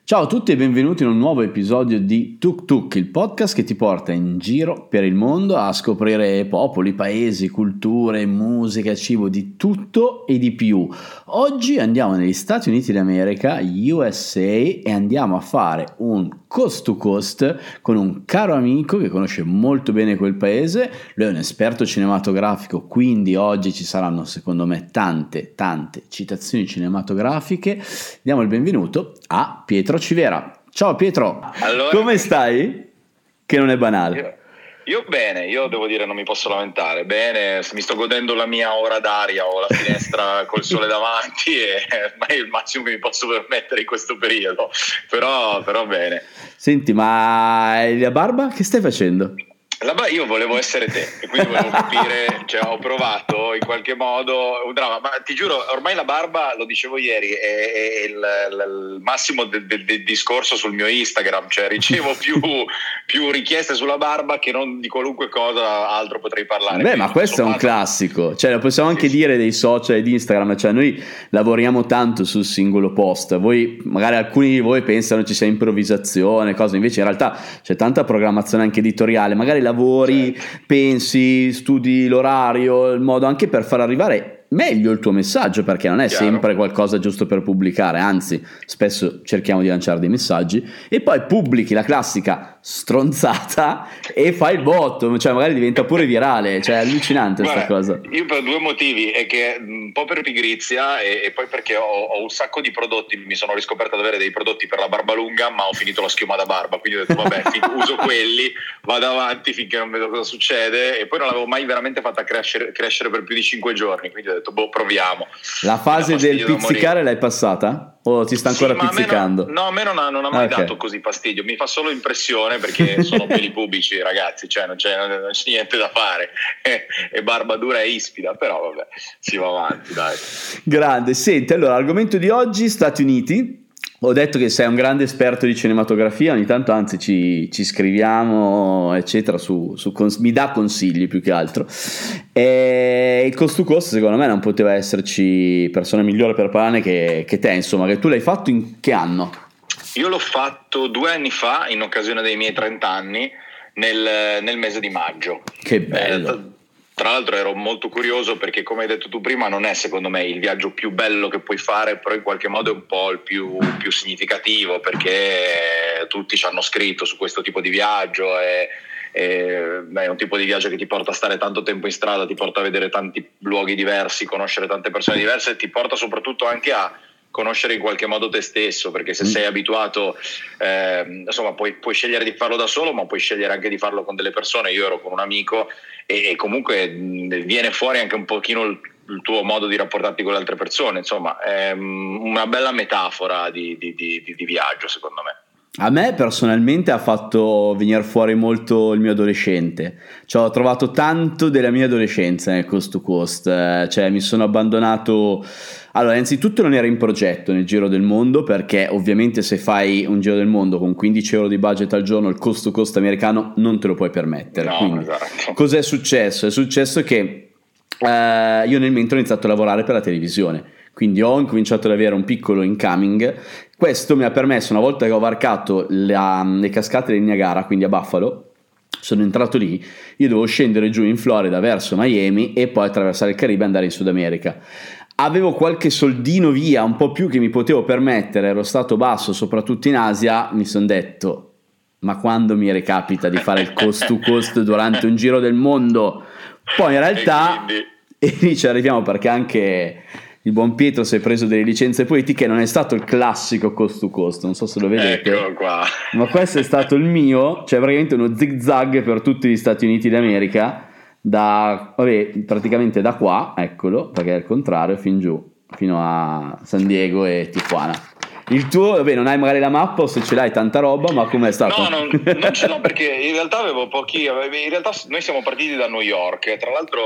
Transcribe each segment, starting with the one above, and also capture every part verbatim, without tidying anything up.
Ciao a tutti e benvenuti in un nuovo episodio di Tuk Tuk, il podcast che ti porta in giro per il mondo a scoprire popoli, paesi, culture, musica, cibo, di tutto e di più. Oggi andiamo negli Stati Uniti d'America, U S A, e andiamo a fare un coast to coast con un caro amico che conosce molto bene quel paese. Lui è un esperto cinematografico, quindi oggi ci saranno secondo me tante tante citazioni cinematografiche. Diamo il benvenuto a Pietro Civera. Ciao Pietro, allora, come stai? Che non è banale. Io, io bene, io devo dire non mi posso lamentare. Bene, mi sto godendo la mia ora d'aria, ho la finestra col sole davanti e ma è il massimo che mi posso permettere in questo periodo. Però, però bene. Senti, ma la barba che stai facendo? La bar- io volevo essere te e quindi volevo capire, cioè ho provato in qualche modo un dramma, ma ti giuro ormai la barba, lo dicevo ieri, è, è il, il, il massimo del, del, del discorso sul mio Instagram, cioè ricevo più, più richieste sulla barba che non di qualunque cosa altro potrei parlare. Beh, ma questo è un classico, cioè lo possiamo anche sì, dire dei social e di Instagram, cioè noi lavoriamo tanto sul singolo post, voi magari alcuni di voi pensano ci sia improvvisazione, cose, invece in realtà c'è tanta programmazione anche editoriale, magari lavori, certo, pensi, studi l'orario, il modo anche per far arrivare meglio il tuo messaggio, perché non è Chiaro. sempre qualcosa giusto per pubblicare, anzi spesso cerchiamo di lanciare dei messaggi e poi pubblichi la classica stronzata e fai il botto, cioè magari diventa pure virale, cioè è allucinante questa cosa. Io per due motivi, è che un po' per pigrizia e, e poi perché ho, ho un sacco di prodotti, mi sono riscoperto ad avere dei prodotti per la barba lunga, ma ho finito la schiuma da barba, quindi ho detto vabbè, uso quelli, vado avanti finché non vedo cosa succede, e poi non l'avevo mai veramente fatta crescere, crescere per più di cinque giorni, quindi ho detto boh, proviamo. La fase del pizzicare l'hai passata? O ti sta ancora sì, pizzicando? A me no, no, a me non ha, non ha mai okay. dato così fastidio, mi fa solo impressione perché sono peli pubici, ragazzi, cioè non c'è, non c'è niente da fare, e, e barba dura e ispida, però vabbè, si va avanti, dai. Grande, senti, allora, argomento di oggi, Stati Uniti. Ho detto che sei un grande esperto di cinematografia, ogni tanto anzi ci, ci scriviamo eccetera, su, su cons- mi dà consigli più che altro, e il cost to cost secondo me non poteva esserci persona migliore per parlarne che, che te, insomma, che tu l'hai fatto in che anno? Io l'ho fatto due anni fa in occasione dei miei trenta anni nel, nel mese di maggio. Che bello! Eh, Tra l'altro ero molto curioso perché, come hai detto tu prima, non è secondo me il viaggio più bello che puoi fare, però in qualche modo è un po' il più, più significativo, perché tutti ci hanno scritto su questo tipo di viaggio e, e beh, è un tipo di viaggio che ti porta a stare tanto tempo in strada, ti porta a vedere tanti luoghi diversi, conoscere tante persone diverse e ti porta soprattutto anche a conoscere in qualche modo te stesso, perché se sei abituato eh, insomma puoi, puoi scegliere di farlo da solo, ma puoi scegliere anche di farlo con delle persone. Io ero con un amico e, e comunque mh, viene fuori anche un pochino il, il tuo modo di rapportarti con le altre persone, insomma è mh, una bella metafora di, di, di, di viaggio, secondo me. A me personalmente ha fatto venire fuori molto il mio adolescente, cioè ho trovato tanto della mia adolescenza nel coast to coast, cioè mi sono abbandonato. Allora, innanzitutto non era in progetto nel giro del mondo, perché ovviamente se fai un giro del mondo con quindici euro di budget al giorno, il coast to coast americano non te lo puoi permettere. No, quindi esatto. Cos'è successo? È successo che eh, io nel mentre ho iniziato a lavorare per la televisione, quindi ho incominciato ad avere un piccolo incoming. Questo mi ha permesso, una volta che ho varcato la, le cascate del Niagara, quindi a Buffalo, sono entrato lì, io dovevo scendere giù in Florida verso Miami e poi attraversare il Caribe e andare in Sud America. Avevo qualche soldino via, un po' più che mi potevo permettere, ero stato basso soprattutto in Asia, mi sono detto ma quando mi recapita di fare il coast to coast durante un giro del mondo? Poi in realtà, e, e lì ci arriviamo perché anche il buon Pietro si è preso delle licenze poetiche, non è stato il classico coast to coast, non so se lo vedete, eccolo qua. Ma questo è stato il mio, cioè praticamente uno zig zag per tutti gli Stati Uniti d'America, da vabbè, praticamente da qua, eccolo, perché è il contrario, fin giù, fino a San Diego e Tijuana. Il tuo, vabbè, non hai magari la mappa o se ce l'hai tanta roba, ma com'è stato? No, non, non ce l'ho perché in realtà avevo pochi, in realtà noi siamo partiti da New York, tra l'altro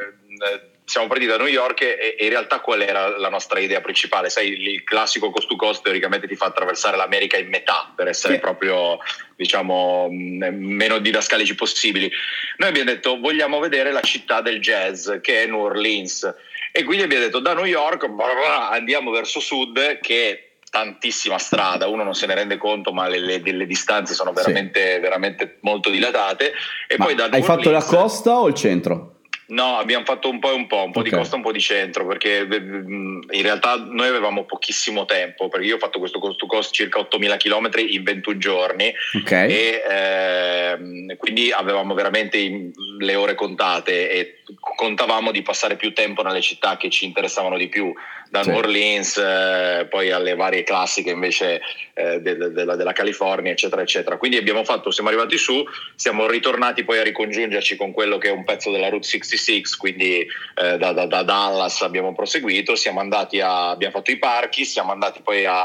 eh, siamo partiti da New York e, e in realtà qual era la nostra idea principale? Sai, il classico coast to coast teoricamente ti fa attraversare l'America in metà per essere sì. proprio, diciamo, meno didascalici possibili. Noi abbiamo detto vogliamo vedere la città del jazz che è New Orleans e quindi abbiamo detto da New York andiamo verso sud, che tantissima strada, uno non se ne rende conto, ma le, le, le distanze sono veramente, sì. veramente molto dilatate. E ma poi da hai New fatto Orleans, la costa o il centro? No, abbiamo fatto un po' e un po', un po' okay. di costa, un po' di centro, perché in realtà noi avevamo pochissimo tempo, perché io ho fatto questo cost to cost circa ottomila chilometri in ventuno giorni, okay. e eh, quindi avevamo veramente le ore contate e contavamo di passare più tempo nelle città che ci interessavano di più, da sì. New Orleans eh, poi alle varie classiche invece eh, de- de- della, della California, eccetera eccetera. Quindi abbiamo fatto, siamo arrivati su, siamo ritornati poi a ricongiungerci con quello che è un pezzo della Route sessantasei, quindi eh, da, da, da Dallas abbiamo proseguito, siamo andati a, abbiamo fatto i parchi, siamo andati poi a, a,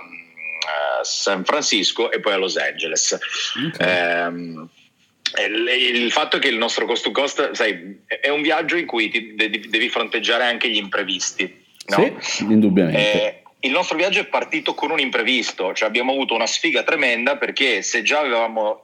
a San Francisco e poi a Los Angeles. Okay. Um, il fatto è che il nostro cost to cost, sai, è un viaggio in cui ti devi fronteggiare anche gli imprevisti, no? Sì, indubbiamente. Eh, il nostro viaggio è partito con un imprevisto, cioè abbiamo avuto una sfiga tremenda, perché se già avevamo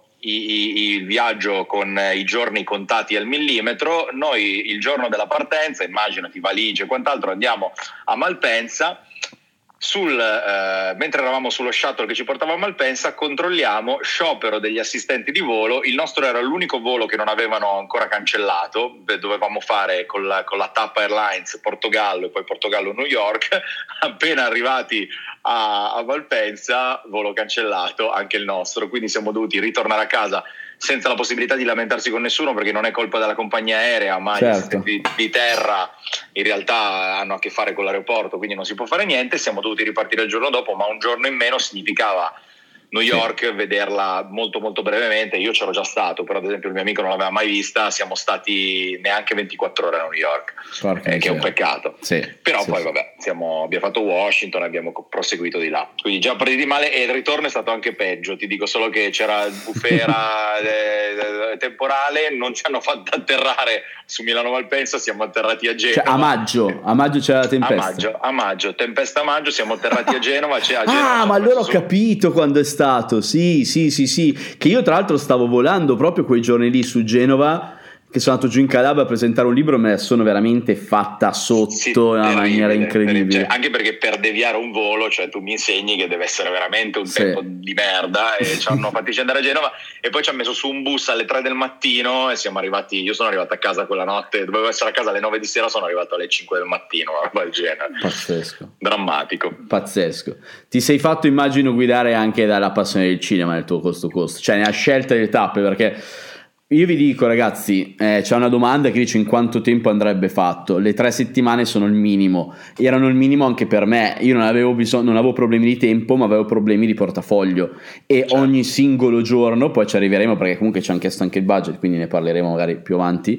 il viaggio con i giorni contati al millimetro, noi il giorno della partenza, immaginati valigie e quant'altro, andiamo a Malpensa. Sul, eh, mentre eravamo sullo shuttle che ci portava a Malpensa, controlliamo sciopero degli assistenti di volo. Il nostro era l'unico volo che non avevano ancora cancellato, dovevamo fare con la, con la T A P Airlines Portogallo e poi Portogallo-New York. Appena arrivati a, a Malpensa, volo cancellato anche il nostro, quindi siamo dovuti ritornare a casa senza la possibilità di lamentarsi con nessuno, perché non è colpa della compagnia aerea, ma certo. gli assistenti di, di terra in realtà hanno a che fare con l'aeroporto, quindi non si può fare niente. Siamo dovuti ripartire il giorno dopo, ma un giorno in meno significava New York, sì. vederla molto molto brevemente. Io c'ero già stato, però ad esempio il mio amico non l'aveva mai vista. Siamo stati neanche ventiquattro ore a New York, eh, che è un peccato, sì. però sì, poi sì. vabbè, siamo, abbiamo fatto Washington e abbiamo proseguito di là, quindi già partiti male, e il ritorno è stato anche peggio. Ti dico solo che c'era bufera eh, temporale, non ci hanno fatto atterrare su Milano Malpensa, siamo atterrati a Genova, cioè, a maggio a maggio c'era la tempesta, a maggio, a maggio tempesta a maggio, siamo atterrati a Genova, c'è, a Genova ah ma allora ho su... capito quando è stato, sì sì sì sì che io tra l'altro stavo volando proprio quei giorni lì su Genova, che sono andato giù in Calabria a presentare un libro, me la sono veramente fatta sotto sì, in una terribile, maniera incredibile, cioè, anche perché per deviare un volo, cioè tu mi insegni che deve essere veramente un sì. tempo di merda, e ci hanno fatti scendere a Genova e poi ci ha messo su un bus alle tre del mattino e siamo arrivati, io sono arrivato a casa quella notte, dovevo essere a casa alle nove di sera, sono arrivato alle cinque del mattino, una roba del genere. Pazzesco, drammatico, pazzesco. Ti sei fatto, immagino, guidare anche dalla passione del cinema nel tuo costo costo, cioè nella scelta delle tappe, perché io vi dico ragazzi, eh, c'è una domanda che dice in quanto tempo andrebbe fatto. Le tre settimane sono il minimo, erano il minimo anche per me. Io non avevo bisogno, non avevo problemi di tempo, ma avevo problemi di portafoglio, e certo. ogni singolo giorno, poi ci arriveremo perché comunque ci hanno chiesto anche il budget, quindi ne parleremo magari più avanti,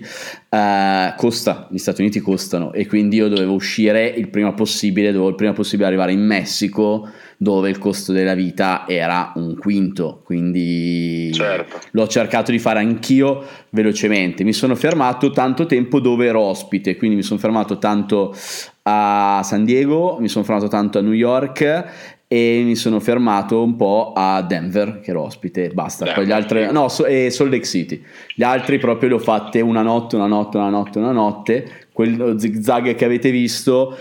eh, costa, gli Stati Uniti costano, e quindi io dovevo uscire il prima possibile, dovevo il prima possibile arrivare in Messico, dove il costo della vita era un quinto, quindi certo. l'ho cercato di fare anch'io velocemente. Mi sono fermato tanto tempo dove ero ospite, quindi mi sono fermato tanto a San Diego, mi sono fermato tanto a New York e mi sono fermato un po' a Denver, che ero ospite, basta. Denver, poi gli altri, no, so, e Salt Lake City, gli altri proprio li ho fatte una notte, una notte, una notte, una notte, quello zigzag che avete visto.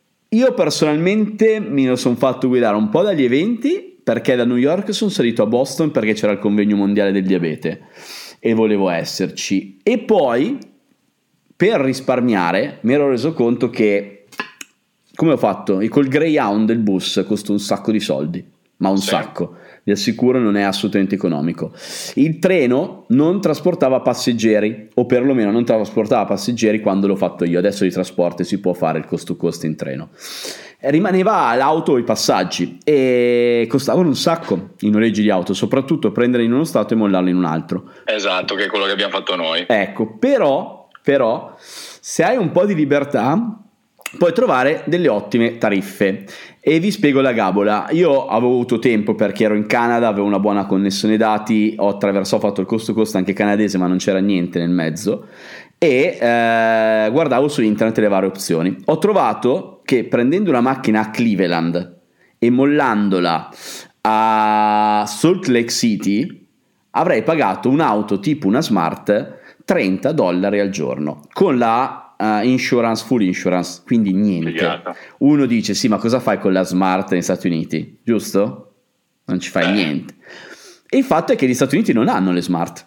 Io personalmente mi sono fatto guidare un po' dagli eventi, perché da New York sono salito a Boston perché c'era il convegno mondiale del diabete e volevo esserci, e poi per risparmiare mi ero reso conto che, come ho fatto, col Greyhound del bus costa un sacco di soldi, ma un sì. sacco, vi assicuro non è assolutamente economico. Il treno non trasportava passeggeri, o perlomeno non trasportava passeggeri quando l'ho fatto io. Adesso di trasporto si può fare il costo costo in treno, rimaneva l'auto, i passaggi, e costavano un sacco i noleggi di auto, soprattutto prendere in uno stato e mollarlo in un altro. Esatto, che è quello che abbiamo fatto noi. Ecco, però però se hai un po' di libertà puoi trovare delle ottime tariffe, e vi spiego la gabola. Io avevo avuto tempo perché ero in Canada, avevo una buona connessione dati, ho attraversato, ho fatto il costo costo anche canadese, ma non c'era niente nel mezzo, e eh, guardavo su internet le varie opzioni. Ho trovato che prendendo una macchina a Cleveland e mollandola a Salt Lake City avrei pagato un'auto tipo una Smart trenta dollari al giorno, con la uh, insurance, full insurance, quindi niente. Figata. Uno dice sì, ma cosa fai con la Smart negli Stati Uniti, giusto? Non ci fai eh. niente. E il fatto è che gli Stati Uniti non hanno le Smart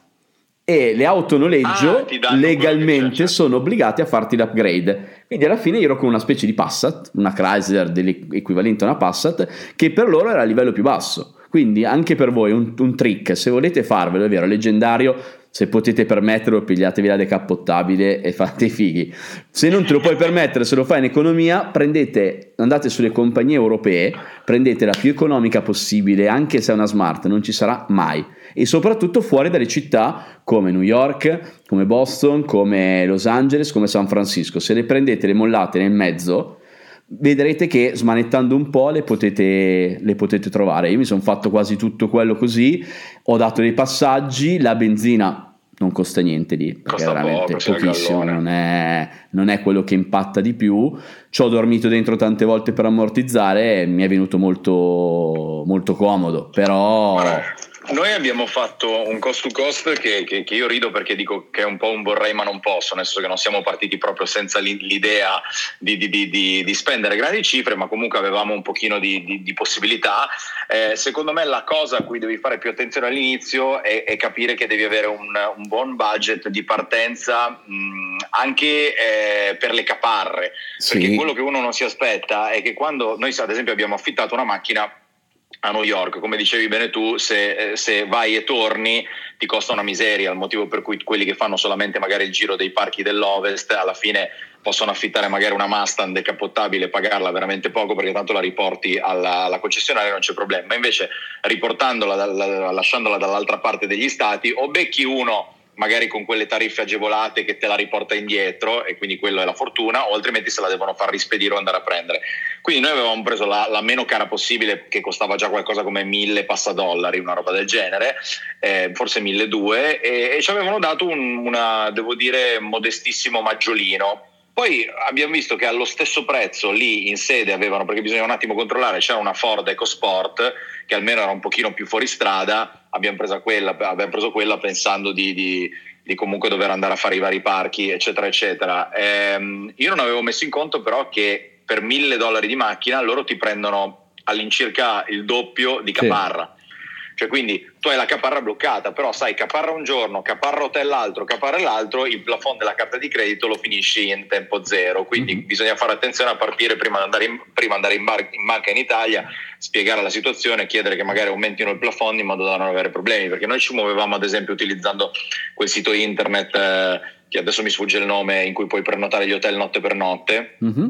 e le auto noleggio ah, legalmente sono obbligate a farti l'upgrade. Quindi alla fine io ero con una specie di Passat, una Chrysler dell'equivalente a una Passat, che per loro era a livello più basso. Quindi anche per voi un, un trick, se volete farvelo, è vero, leggendario, se potete permetterlo pigliatevi la decappottabile e fate i fighi. Se non te lo puoi permettere, se lo fai in economia, prendete, andate sulle compagnie europee, prendete la più economica possibile, anche se è una Smart, non ci sarà mai. E soprattutto fuori dalle città come New York, come Boston, come Los Angeles, come San Francisco. Se le prendete, le mollate nel mezzo, vedrete che smanettando un po' le potete, le potete trovare. Io mi sono fatto quasi tutto quello così, ho dato dei passaggi, la benzina non costa niente lì, costa è veramente poco, pochissimo, non è, non è quello che impatta di più. Ci ho dormito dentro tante volte per ammortizzare e mi è venuto molto, molto comodo, però... Noi abbiamo fatto un cost to cost che, che, che io rido perché dico che è un po' un vorrei ma non posso, nel senso che non siamo partiti proprio senza l'idea di, di, di, di, di spendere grandi cifre, ma comunque avevamo un pochino di, di, di possibilità. Eh, secondo me la cosa a cui devi fare più attenzione all'inizio è, è capire che devi avere un, un buon budget di partenza mh, anche eh, per le caparre, sì. Perché quello che uno non si aspetta è che quando noi ad esempio abbiamo affittato una macchina a New York, come dicevi bene tu, se, se vai e torni ti costa una miseria, il motivo per cui quelli che fanno solamente magari il giro dei parchi dell'Ovest alla fine possono affittare magari una Mustang decappottabile e pagarla veramente poco perché tanto la riporti alla, alla concessionaria, non c'è problema. Ma invece riportandola, dalla, lasciandola dall'altra parte degli stati, o becchi uno magari con quelle tariffe agevolate che te la riporta indietro e quindi quello è la fortuna, o altrimenti se la devono far rispedire o andare a prendere. Quindi noi avevamo preso la, la meno cara possibile, che costava già qualcosa come mille passadollari, una roba del genere, eh, forse milleduecento, e, e ci avevano dato un, una, devo dire, modestissimo maggiolino. Poi abbiamo visto che allo stesso prezzo lì in sede avevano, perché bisogna un attimo controllare, c'era una Ford EcoSport che almeno era un pochino più fuori strada, abbiamo preso quella, abbiamo preso quella pensando di, di, di comunque dover andare a fare i vari parchi, eccetera, eccetera. Ehm, io non avevo messo in conto però che per mille dollari di macchina loro ti prendono all'incirca il doppio di caparra. Sì. Cioè quindi tu hai la caparra bloccata, però sai, caparra un giorno, caparra hotel l'altro, caparra l'altro, il plafond della carta di credito lo finisci in tempo zero, quindi mm-hmm. bisogna fare attenzione a partire prima di andare in, prima andare in, bar, in banca in Italia, spiegare la situazione, chiedere che magari aumentino il plafond in modo da non avere problemi, perché noi ci muovevamo ad esempio utilizzando quel sito internet eh, che adesso mi sfugge il nome, in cui puoi prenotare gli hotel notte per notte. Mm-hmm.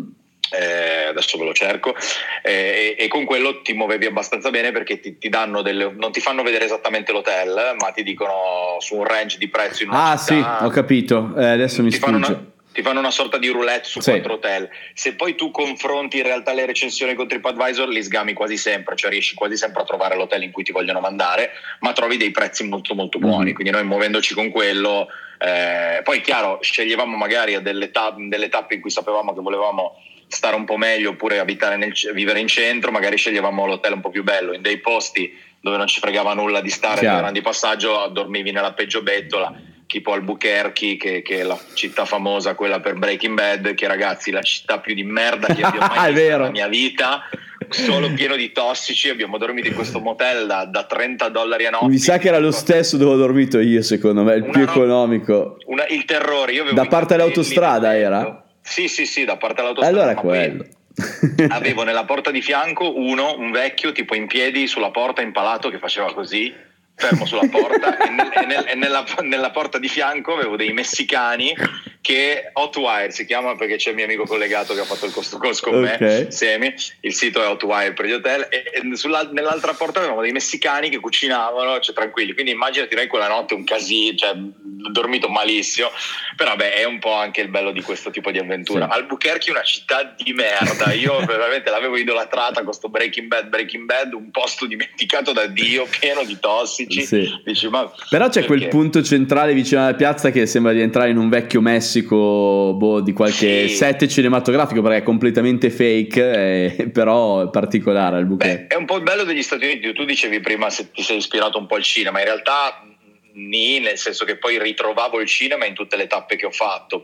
Eh, adesso ve lo cerco, eh, e, e con quello ti muovevi abbastanza bene perché ti, ti danno delle, non ti fanno vedere esattamente l'hotel, ma ti dicono su un range di prezzo in una ah città, sì, ho capito, eh, adesso mi ti sfugge. fanno una, ti fanno una sorta di roulette su sì. quattro hotel. Se poi tu confronti in realtà le recensioni con TripAdvisor, li sgami quasi sempre, cioè riesci quasi sempre a trovare l'hotel in cui ti vogliono mandare, ma trovi dei prezzi molto molto buoni, mm. quindi noi muovendoci con quello eh, poi chiaro sceglievamo magari a delle, ta- delle tappe in cui sapevamo che volevamo stare un po' meglio oppure abitare nel, vivere in centro, magari sceglievamo l'hotel un po' più bello, in dei posti dove non ci fregava nulla di stare due ore di passaggio, dormivi nella peggio bettola, tipo Albuquerque, che, che è la città famosa, quella per Breaking Bad, che ragazzi la città più di merda che abbia mai visto nella mia vita, solo pieno di tossici. Abbiamo dormito in questo motel da, da trenta dollari a notte. Mi sa che era lo stesso dove ho dormito io, secondo me, il una più no, economico. Una, il terrore. Io da parte dell'autostrada era? Sì, sì, sì, da parte dell'autostrada. Allora è quello. Avevo nella porta di fianco uno, un vecchio, tipo in piedi sulla porta, impalato, che faceva così, fermo sulla porta, e, nel, e, nel, e nella, nella porta di fianco avevo dei messicani che Hotwire si chiama, perché c'è il mio amico collegato che ha fatto il cost to cost con okay. me, Semi, il sito è Hotwire per gli hotel, e, e sulla, nell'altra porta avevamo dei messicani che cucinavano, cioè tranquilli, quindi immaginati noi quella notte un casino, cioè ho dormito malissimo, però vabbè è un po' anche il bello di questo tipo di avventura. Sì. Albuquerque è una città di merda, io veramente l'avevo idolatrata con sto Breaking Bad, Breaking Bad, un posto dimenticato da Dio, pieno di tossici. Sì. Dici, ma però c'è perché? Quel punto centrale vicino alla piazza che sembra di entrare in un vecchio Messico, boh, di qualche sì. set cinematografico, perché è completamente fake, eh, però è particolare Albuquerque. Beh, è un po' il bello degli Stati Uniti. Tu dicevi prima se ti sei ispirato un po' al cinema, in realtà nì, nel senso che poi ritrovavo il cinema in tutte le tappe che ho fatto.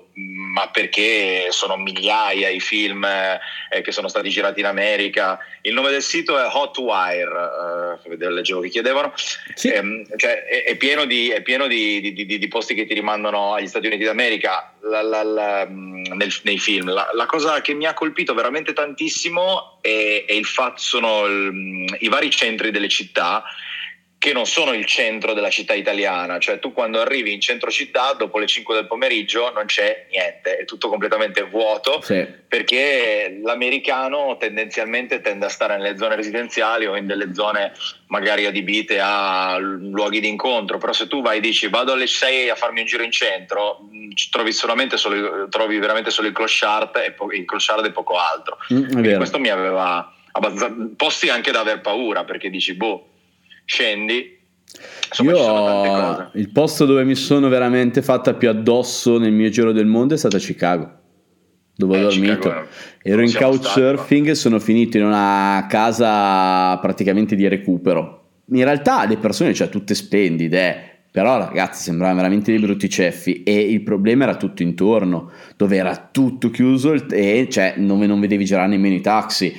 ma perché sono migliaia i film eh, che sono stati girati in America. Il nome del sito è Hotwire, eh, leggevo che chiedevano. Sì. Ehm, cioè, è, è pieno, di, è pieno di, di, di, di posti che ti rimandano agli Stati Uniti d'America la, la, la, nel, nei film. La, la cosa che mi ha colpito veramente tantissimo è, è il fatto, sono il, i vari centri delle città, che non sono il centro della città italiana. Cioè tu quando arrivi in centro città dopo le cinque del pomeriggio non c'è niente, è tutto completamente vuoto, sì. Perché l'americano tendenzialmente tende a stare nelle zone residenziali o in delle zone magari adibite a luoghi di incontro. Però se tu vai e dici vado alle sei a farmi un giro in centro, trovi solamente solo, trovi veramente solo il clochard e, po- il clochard e poco altro. Mm, questo mi aveva abbastanza, posti anche da aver paura, perché dici boh, scendi. Insomma, io ci sono tante cose. Il posto dove mi sono veramente fatta più addosso nel mio giro del mondo è stata Chicago, dove eh, ho dormito. Chicago, ero in couchsurfing e sono finito in una casa praticamente di recupero. In realtà le persone, cioè, tutte splendide, eh. Però ragazzi sembravano veramente dei brutti ceffi, e il problema era tutto intorno, dove era tutto chiuso e cioè non, non vedevi girare nemmeno i taxi,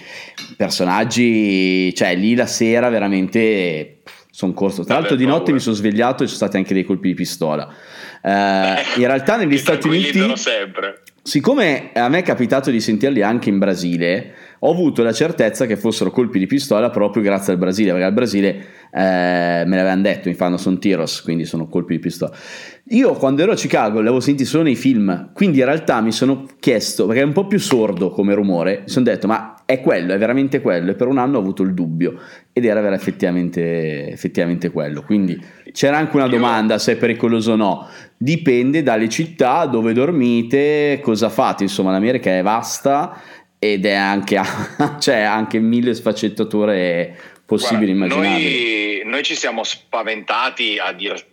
personaggi, cioè lì la sera veramente sono corso. Tra l'altro di notte mi sono svegliato e ci sono stati anche dei colpi di pistola. Uh, in realtà negli Stati Uniti, sempre. Siccome a me è capitato di sentirli anche in Brasile, ho avuto la certezza che fossero colpi di pistola proprio grazie al Brasile, perché al Brasile eh, me l'avevano detto, mi fanno sono tiros, quindi sono colpi di pistola. Io quando ero a Chicago li avevo sentiti solo nei film, quindi in realtà mi sono chiesto, perché è un po' più sordo come rumore, mi sono detto ma è quello, è veramente quello, e per un anno ho avuto il dubbio ed era vera effettivamente, effettivamente quello. Quindi c'era anche una domanda se è pericoloso o no, dipende dalle città dove dormite, cosa fate, insomma l'America è vasta ed è anche cioè anche mille sfaccettature possibili. Guarda, immaginabili. Noi, noi ci siamo spaventati a dire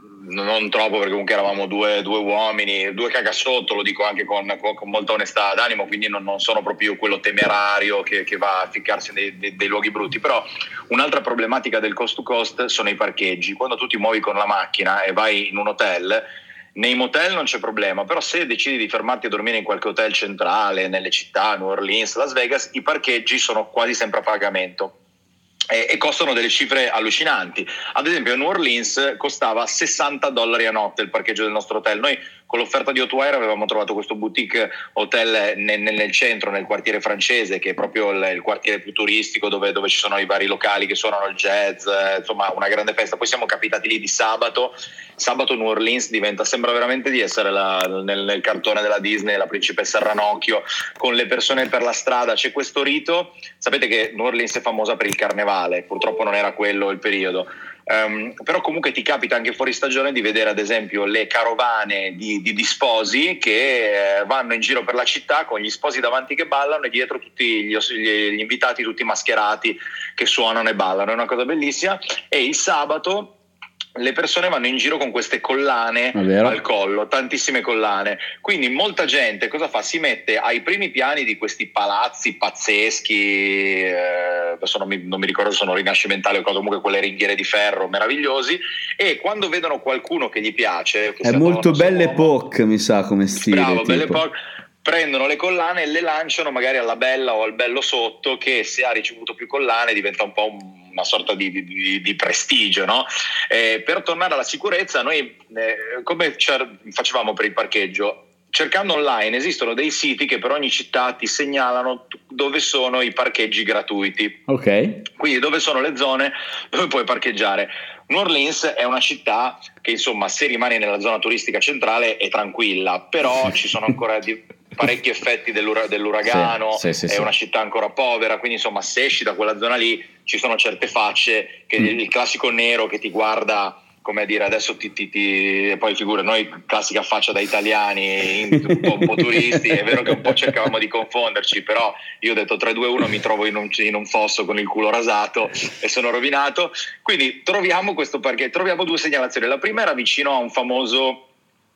non troppo, perché comunque eravamo due, due uomini, due cagasotto, lo dico anche con, con, con molta onestà d'animo, quindi non, non sono proprio quello temerario che, che va a ficcarsi nei, dei, dei luoghi brutti. Però un'altra problematica del coast to coast sono i parcheggi. Quando tu ti muovi con la macchina e vai in un hotel, nei motel non c'è problema, però se decidi di fermarti a dormire in qualche hotel centrale, nelle città, New Orleans, Las Vegas, i parcheggi sono quasi sempre a pagamento e, e costano delle cifre allucinanti. Ad esempio a New Orleans costava sessanta dollari a notte il parcheggio del nostro hotel. Noi con l'offerta di Hotwire avevamo trovato questo boutique hotel nel, nel centro, nel quartiere francese, che è proprio il, il quartiere più turistico, dove, dove ci sono i vari locali che suonano il jazz, eh, insomma una grande festa. Poi siamo capitati lì di sabato. Sabato New Orleans diventa, sembra veramente di essere la, nel, nel cartone della Disney, la principessa Ranocchio, con le persone per la strada. C'è questo rito, sapete che New Orleans è famosa per il carnevale, purtroppo non era quello il periodo. Um, però comunque ti capita anche fuori stagione di vedere ad esempio le carovane di, di, di sposi che eh, vanno in giro per la città con gli sposi davanti che ballano e dietro tutti gli, gli, gli invitati tutti mascherati che suonano e ballano. È una cosa bellissima. E il sabato le persone vanno in giro con queste collane al collo, tantissime collane. Quindi molta gente cosa fa? Si mette ai primi piani di questi palazzi pazzeschi, eh, adesso non mi, non mi ricordo se sono rinascimentali o cosa, comunque quelle ringhiere di ferro meravigliosi, e quando vedono qualcuno che gli piace, che è molto Belle Époque, mi sa come stile. Bravo, tipo. Belle Époque. Prendono le collane e le lanciano magari alla bella o al bello sotto, che se ha ricevuto più collane diventa un po' un, una sorta di, di, di prestigio, no? Eh, per tornare alla sicurezza, noi eh, come facevamo per il parcheggio? Cercando online esistono dei siti che per ogni città ti segnalano dove sono i parcheggi gratuiti. Ok. Quindi dove sono le zone dove puoi parcheggiare. New Orleans è una città che insomma se rimani nella zona turistica centrale è tranquilla, però ci sono ancora di, parecchi effetti dell'ura, dell'uragano, sì, sì, sì, è sì. una città ancora povera, quindi insomma se esci da quella zona lì ci sono certe facce, che mm. il classico nero che ti guarda come a dire adesso ti, ti, ti poi figura noi classica faccia da italiani un po', un po' turisti, è vero che un po' cercavamo di confonderci, però io ho detto tre due uno mi trovo in un, in un fosso con il culo rasato e sono rovinato. Quindi troviamo questo parcheggio, troviamo due segnalazioni. La prima era vicino a un famoso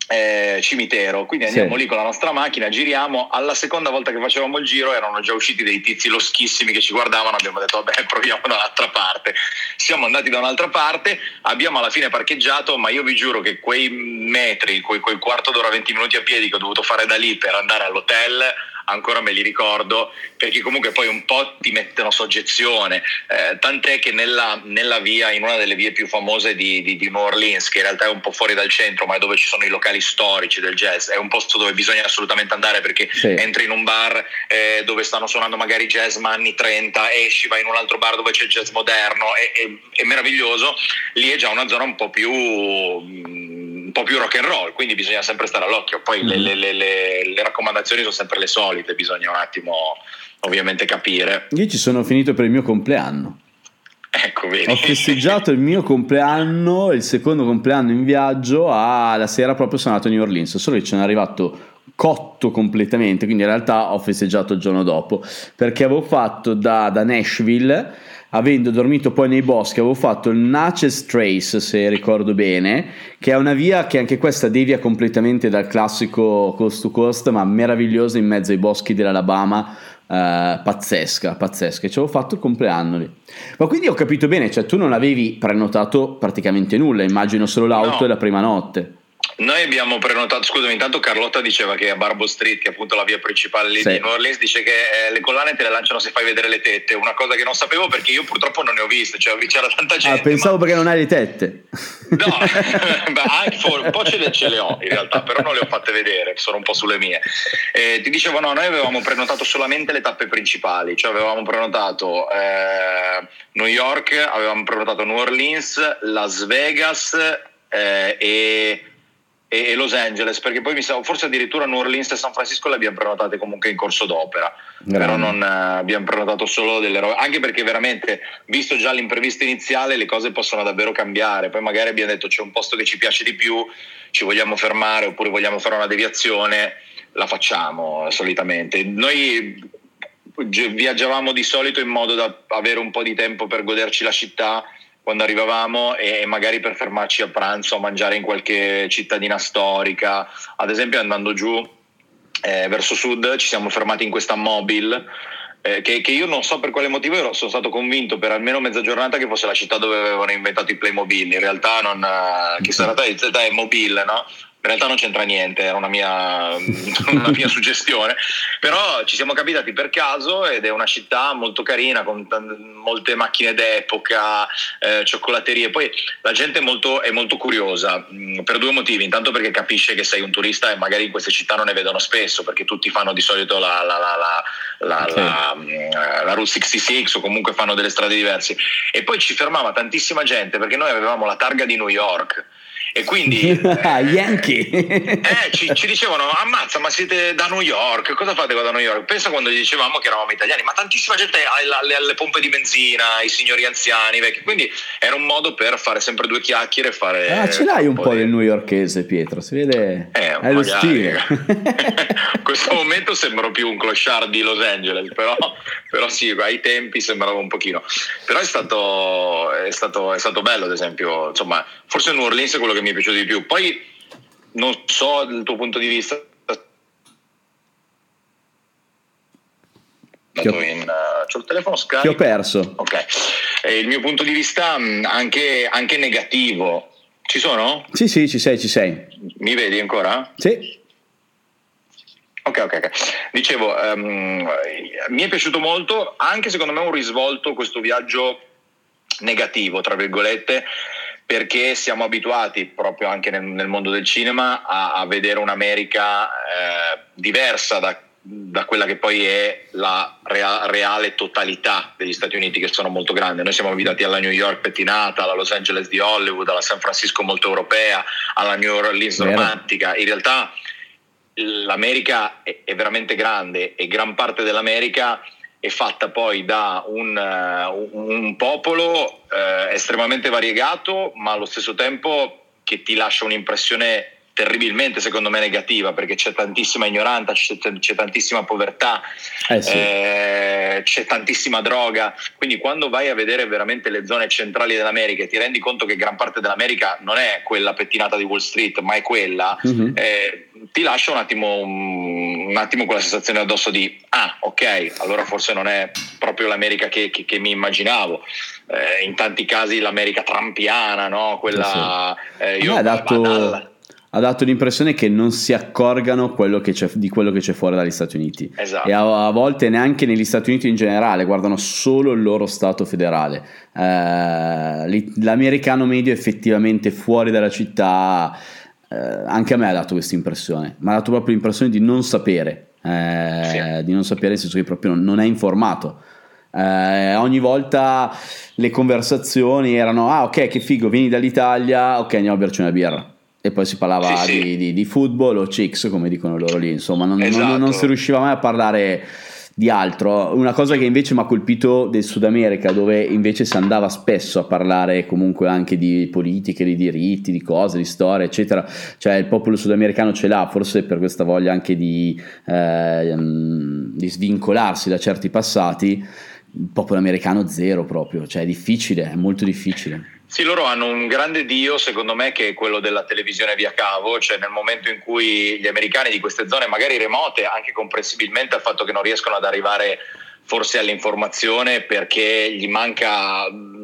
Eh, cimitero, quindi andiamo Sì. lì con la nostra macchina, giriamo. Alla seconda volta che facevamo il giro erano già usciti dei tizi loschissimi che ci guardavano, abbiamo detto vabbè, proviamo dall'altra parte. Siamo andati da un'altra parte, abbiamo alla fine parcheggiato, ma io vi giuro che quei metri, quei, quei quarto d'ora, venti minuti a piedi che ho dovuto fare da lì per andare all'hotel, ancora me li ricordo, perché comunque poi un po' ti mettono soggezione, eh, tant'è che nella, nella via, in una delle vie più famose di, di, di New Orleans, che in realtà è un po' fuori dal centro, ma è dove ci sono i locali storici del jazz, è un posto dove bisogna assolutamente andare, perché Sì. entri in un bar eh, dove stanno suonando magari jazz ma anni trenta, esci, vai in un altro bar dove c'è jazz moderno, è, è, è meraviglioso. Lì è già una zona un po' più un po' più rock and roll, quindi bisogna sempre stare all'occhio. Poi Mm. le, le, le, le, le raccomandazioni sono sempre le solite, bisogna un attimo ovviamente capire. Io ci sono finito per il mio compleanno. Ecco, vedi. Ho festeggiato il mio compleanno, il secondo compleanno in viaggio, alla sera proprio sono andato a New Orleans, solo che ci sono arrivato cotto completamente, quindi in realtà ho festeggiato il giorno dopo, perché avevo fatto da, da Nashville, avendo dormito poi nei boschi, avevo fatto il Natchez Trace, se ricordo bene, che è una via che anche questa devia completamente dal classico coast to coast, ma meravigliosa in mezzo ai boschi dell'Alabama. Uh, pazzesca, pazzesca, e ci avevo fatto il compleanno lì. Ma quindi ho capito bene, cioè tu non avevi prenotato praticamente nulla, immagino solo l'auto No. e la prima notte. Noi abbiamo prenotato, scusami, intanto Carlotta diceva che a Barbo Street, che è appunto la via principale lì Sì. di New Orleans, dice che eh, le collane te le lanciano se fai vedere le tette, una cosa che non sapevo perché io purtroppo non ne ho viste, cioè c'era tanta gente. Ah, pensavo ma... perché non hai le tette. No, beh, anche for- un po' ce le, ce le ho in realtà, però non le ho fatte vedere, sono un po' sulle mie. Eh, ti dicevo, no, noi avevamo prenotato solamente le tappe principali, cioè avevamo prenotato eh, New York, avevamo prenotato New Orleans, Las Vegas eh, e... e Los Angeles, perché poi mi sa forse addirittura New Orleans e San Francisco le abbiamo prenotate comunque in corso d'opera. Grande. Però non eh, abbiamo prenotato solo delle robe, anche perché veramente, visto già l'imprevisto iniziale, le cose possono davvero cambiare. Poi magari abbiamo detto c'è un posto che ci piace di più, ci vogliamo fermare oppure vogliamo fare una deviazione, la facciamo eh, solitamente. Noi viaggiavamo di solito in modo da avere un po' di tempo per goderci la città quando arrivavamo, e magari per fermarci a pranzo a mangiare in qualche cittadina storica. Ad esempio, andando giù eh, verso sud ci siamo fermati in questa Mobile eh, che, che io non so per quale motivo ero, sono stato convinto per almeno mezza giornata che fosse la città dove avevano inventato i Playmobil. In realtà non, eh, che sarà è Mobile, no? In realtà non c'entra niente, era una mia, una mia suggestione, però ci siamo capitati per caso ed è una città molto carina con t- molte macchine d'epoca, eh, cioccolaterie. Poi la gente è molto, è molto curiosa mh, per due motivi: intanto perché capisce che sei un turista e magari in queste città non ne vedono spesso, perché tutti fanno di solito la, la, la, la, la, Okay. la, la, la Route sessantasei o comunque fanno delle strade diverse. E poi ci fermava tantissima gente perché noi avevamo la targa di New York. E quindi Ah, Yankee. eh, ci, ci dicevano: ammazza, ma siete da New York, cosa fate qua da New York? Pensa quando gli dicevamo che eravamo italiani, ma tantissima gente alle, alle pompe di benzina, i signori anziani, i vecchi. Quindi era un modo per fare sempre due chiacchiere e fare Ah, ce l'hai un po' di... del newyorkese, Pietro, si vede, Eh, hai lo magari. stile. In questo momento sembro più un clochard di Los Angeles, però, però sì, ai tempi sembrava un pochino. Però è stato, è stato, è stato bello, ad esempio, insomma, forse New Orleans è quello che mi è piaciuto di più. Poi non so dal tuo punto di vista. Ti ho, In, uh, c'ho il telefono Skype. ti ho perso. Ok, eh, il mio punto di vista mh, anche, anche negativo. Ci sono? Sì, sì, ci sei, ci sei. Mi vedi ancora? Sì. Ok, ok, ok. Dicevo, um, mi è piaciuto molto, anche secondo me un risvolto questo viaggio negativo, tra virgolette, perché siamo abituati proprio anche nel, nel mondo del cinema a, a vedere un'America eh, diversa da, da quella che poi è la rea, reale totalità degli Stati Uniti, che sono molto grandi. Noi siamo abituati alla New York pettinata, alla Los Angeles di Hollywood, alla San Francisco molto europea, alla New Orleans Vero. romantica. In realtà l'America è, è veramente grande, e gran parte dell'America è fatta poi da un, uh, un popolo uh, estremamente variegato, ma allo stesso tempo che ti lascia un'impressione terribilmente secondo me negativa, perché c'è tantissima ignoranza, c'è, c'è tantissima povertà, eh sì. eh, c'è tantissima droga, quindi quando vai a vedere veramente le zone centrali dell'America e ti rendi conto che gran parte dell'America non è quella pettinata di Wall Street ma è quella, mm-hmm. eh, ti lascia un attimo un, un attimo quella sensazione addosso di ah ok, allora forse non è proprio l'America che, che, che mi immaginavo. Eh, in tanti casi l'America trumpiana, no? Quella sì. eh, io ha dato, dalla... ha dato l'impressione che non si accorgano quello che c'è, di quello che c'è fuori dagli Stati Uniti, esatto. E a, a volte neanche negli Stati Uniti in generale, guardano solo il loro stato federale. Eh, l'americano medio effettivamente fuori dalla città, eh, anche a me ha dato questa impressione, mi ha dato proprio l'impressione di non sapere, eh, sì. di non sapere nel senso che proprio non, non è informato. Eh, ogni volta le conversazioni erano ah ok che figo, vieni dall'Italia, ok andiamo a berci una birra, e poi si parlava sì, di, sì. Di, di football o chicks come dicono loro lì, insomma non, esatto. non, non si riusciva mai a parlare di altro. Una cosa che invece mi ha colpito del Sud America, dove invece si andava spesso a parlare comunque anche di politiche, di diritti, di cose, di storia eccetera, cioè il popolo sudamericano ce l'ha, forse per questa voglia anche di, eh, di svincolarsi da certi passati. Il popolo americano zero proprio, cioè è difficile, è molto difficile. Sì, loro hanno un grande dio secondo me che è quello della televisione via cavo, cioè nel momento in cui gli americani di queste zone magari remote, anche comprensibilmente al fatto che non riescono ad arrivare forse all'informazione perché gli manca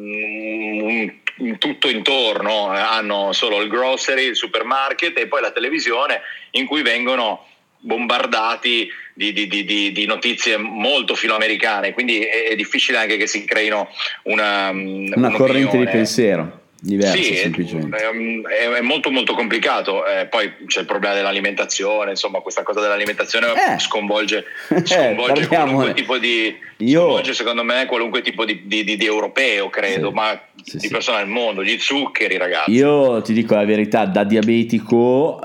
un, un tutto intorno, hanno solo il grocery, il supermarket e poi la televisione in cui vengono bombardati Di, di, di, di notizie molto filoamericane, quindi è, è difficile anche che si creino una, una corrente di pensiero diversa, sì, semplicemente. È, è molto molto complicato. Eh, poi c'è il problema dell'alimentazione, insomma questa cosa dell'alimentazione eh. sconvolge, sconvolge eh, qualunque tipo di Io... sconvolge secondo me qualunque tipo di, di, di, di europeo credo, sì. ma sì, di sì. persone del mondo, gli zuccheri ragazzi. Io ti dico la verità, da diabetico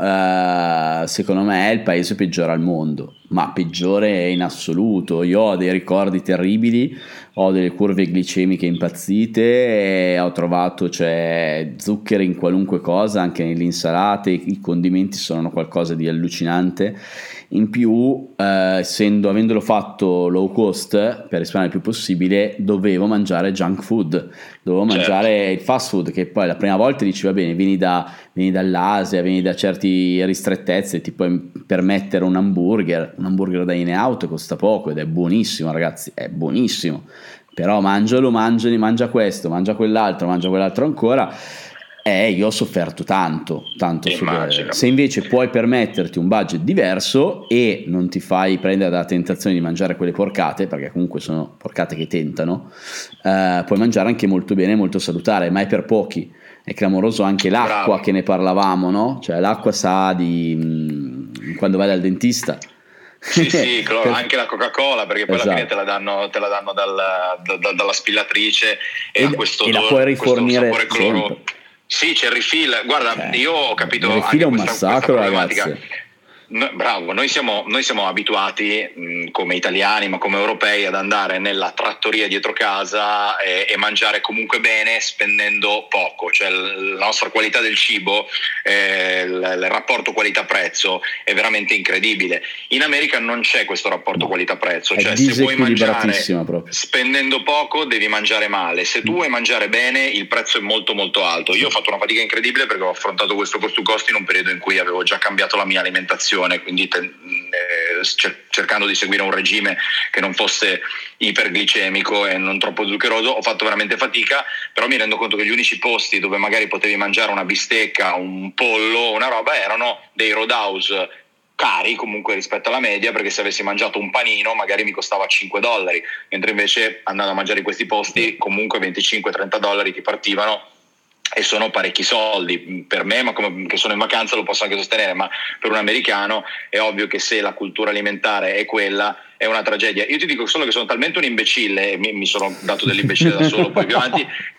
eh, secondo me è il paese peggiore al mondo, ma peggiore in assoluto. Io ho dei ricordi terribili, ho delle curve glicemiche impazzite e ho trovato c'è zuccheri in qualunque cosa, anche nelle insalate, i condimenti sono qualcosa di allucinante. In più, eh, essendo avendolo fatto low cost per risparmiare il più possibile, dovevo mangiare junk food, dovevo certo. mangiare il fast food, che poi la prima volta dici va bene, vieni, da, vieni dall'Asia, vieni da certe ristrettezze, ti puoi permettere un hamburger, un hamburger da In-N-Out costa poco ed è buonissimo ragazzi, è buonissimo, però mangialo, mangiali, mangia questo, mangia quell'altro, mangia quell'altro ancora. Eh, io ho sofferto tanto, tanto su se invece puoi permetterti un budget diverso e non ti fai prendere dalla tentazione di mangiare quelle porcate, perché comunque sono porcate che tentano, eh, puoi mangiare anche molto bene, molto salutare, ma è per pochi. È clamoroso anche l'acqua. Bravo. Che ne parlavamo, no? Cioè l'acqua sa di mh, quando vai dal dentista. Sì, sì, anche la Coca-Cola, perché poi esatto. alla fine te la danno, te la danno dal, da, da, dalla spillatrice e, e ha questo e odore, la puoi rifornire sempre. Sì, c'è il refill. Guarda, eh, io ho capito il refill è un questa, massacro, questa ragazzi. No, bravo, noi siamo, noi siamo abituati mh, come italiani ma come europei ad andare nella trattoria dietro casa e, e mangiare comunque bene spendendo poco, cioè l- la nostra qualità del cibo, eh, l- il rapporto qualità-prezzo è veramente incredibile. In America non c'è questo rapporto no, qualità-prezzo, cioè se vuoi mangiare spendendo poco devi mangiare male, se tu vuoi mangiare bene il prezzo è molto molto alto. Io ho fatto una fatica incredibile perché ho affrontato questo costo costi in un periodo in cui avevo già cambiato la mia alimentazione, quindi te, eh, cercando di seguire un regime che non fosse iperglicemico e non troppo zuccheroso. Ho fatto veramente fatica, però mi rendo conto che gli unici posti dove magari potevi mangiare una bistecca, un pollo, una roba erano dei roadhouse cari comunque rispetto alla media, perché se avessi mangiato un panino magari mi costava cinque dollari, mentre invece andando a mangiare in questi posti comunque venticinque trenta dollari ti partivano e sono parecchi soldi per me, ma come che sono in vacanza lo posso anche sostenere, ma per un americano è ovvio che se la cultura alimentare è quella è una tragedia. Io ti dico solo che sono talmente un imbecille, e mi, mi sono dato dell'imbecille da solo poi più avanti, che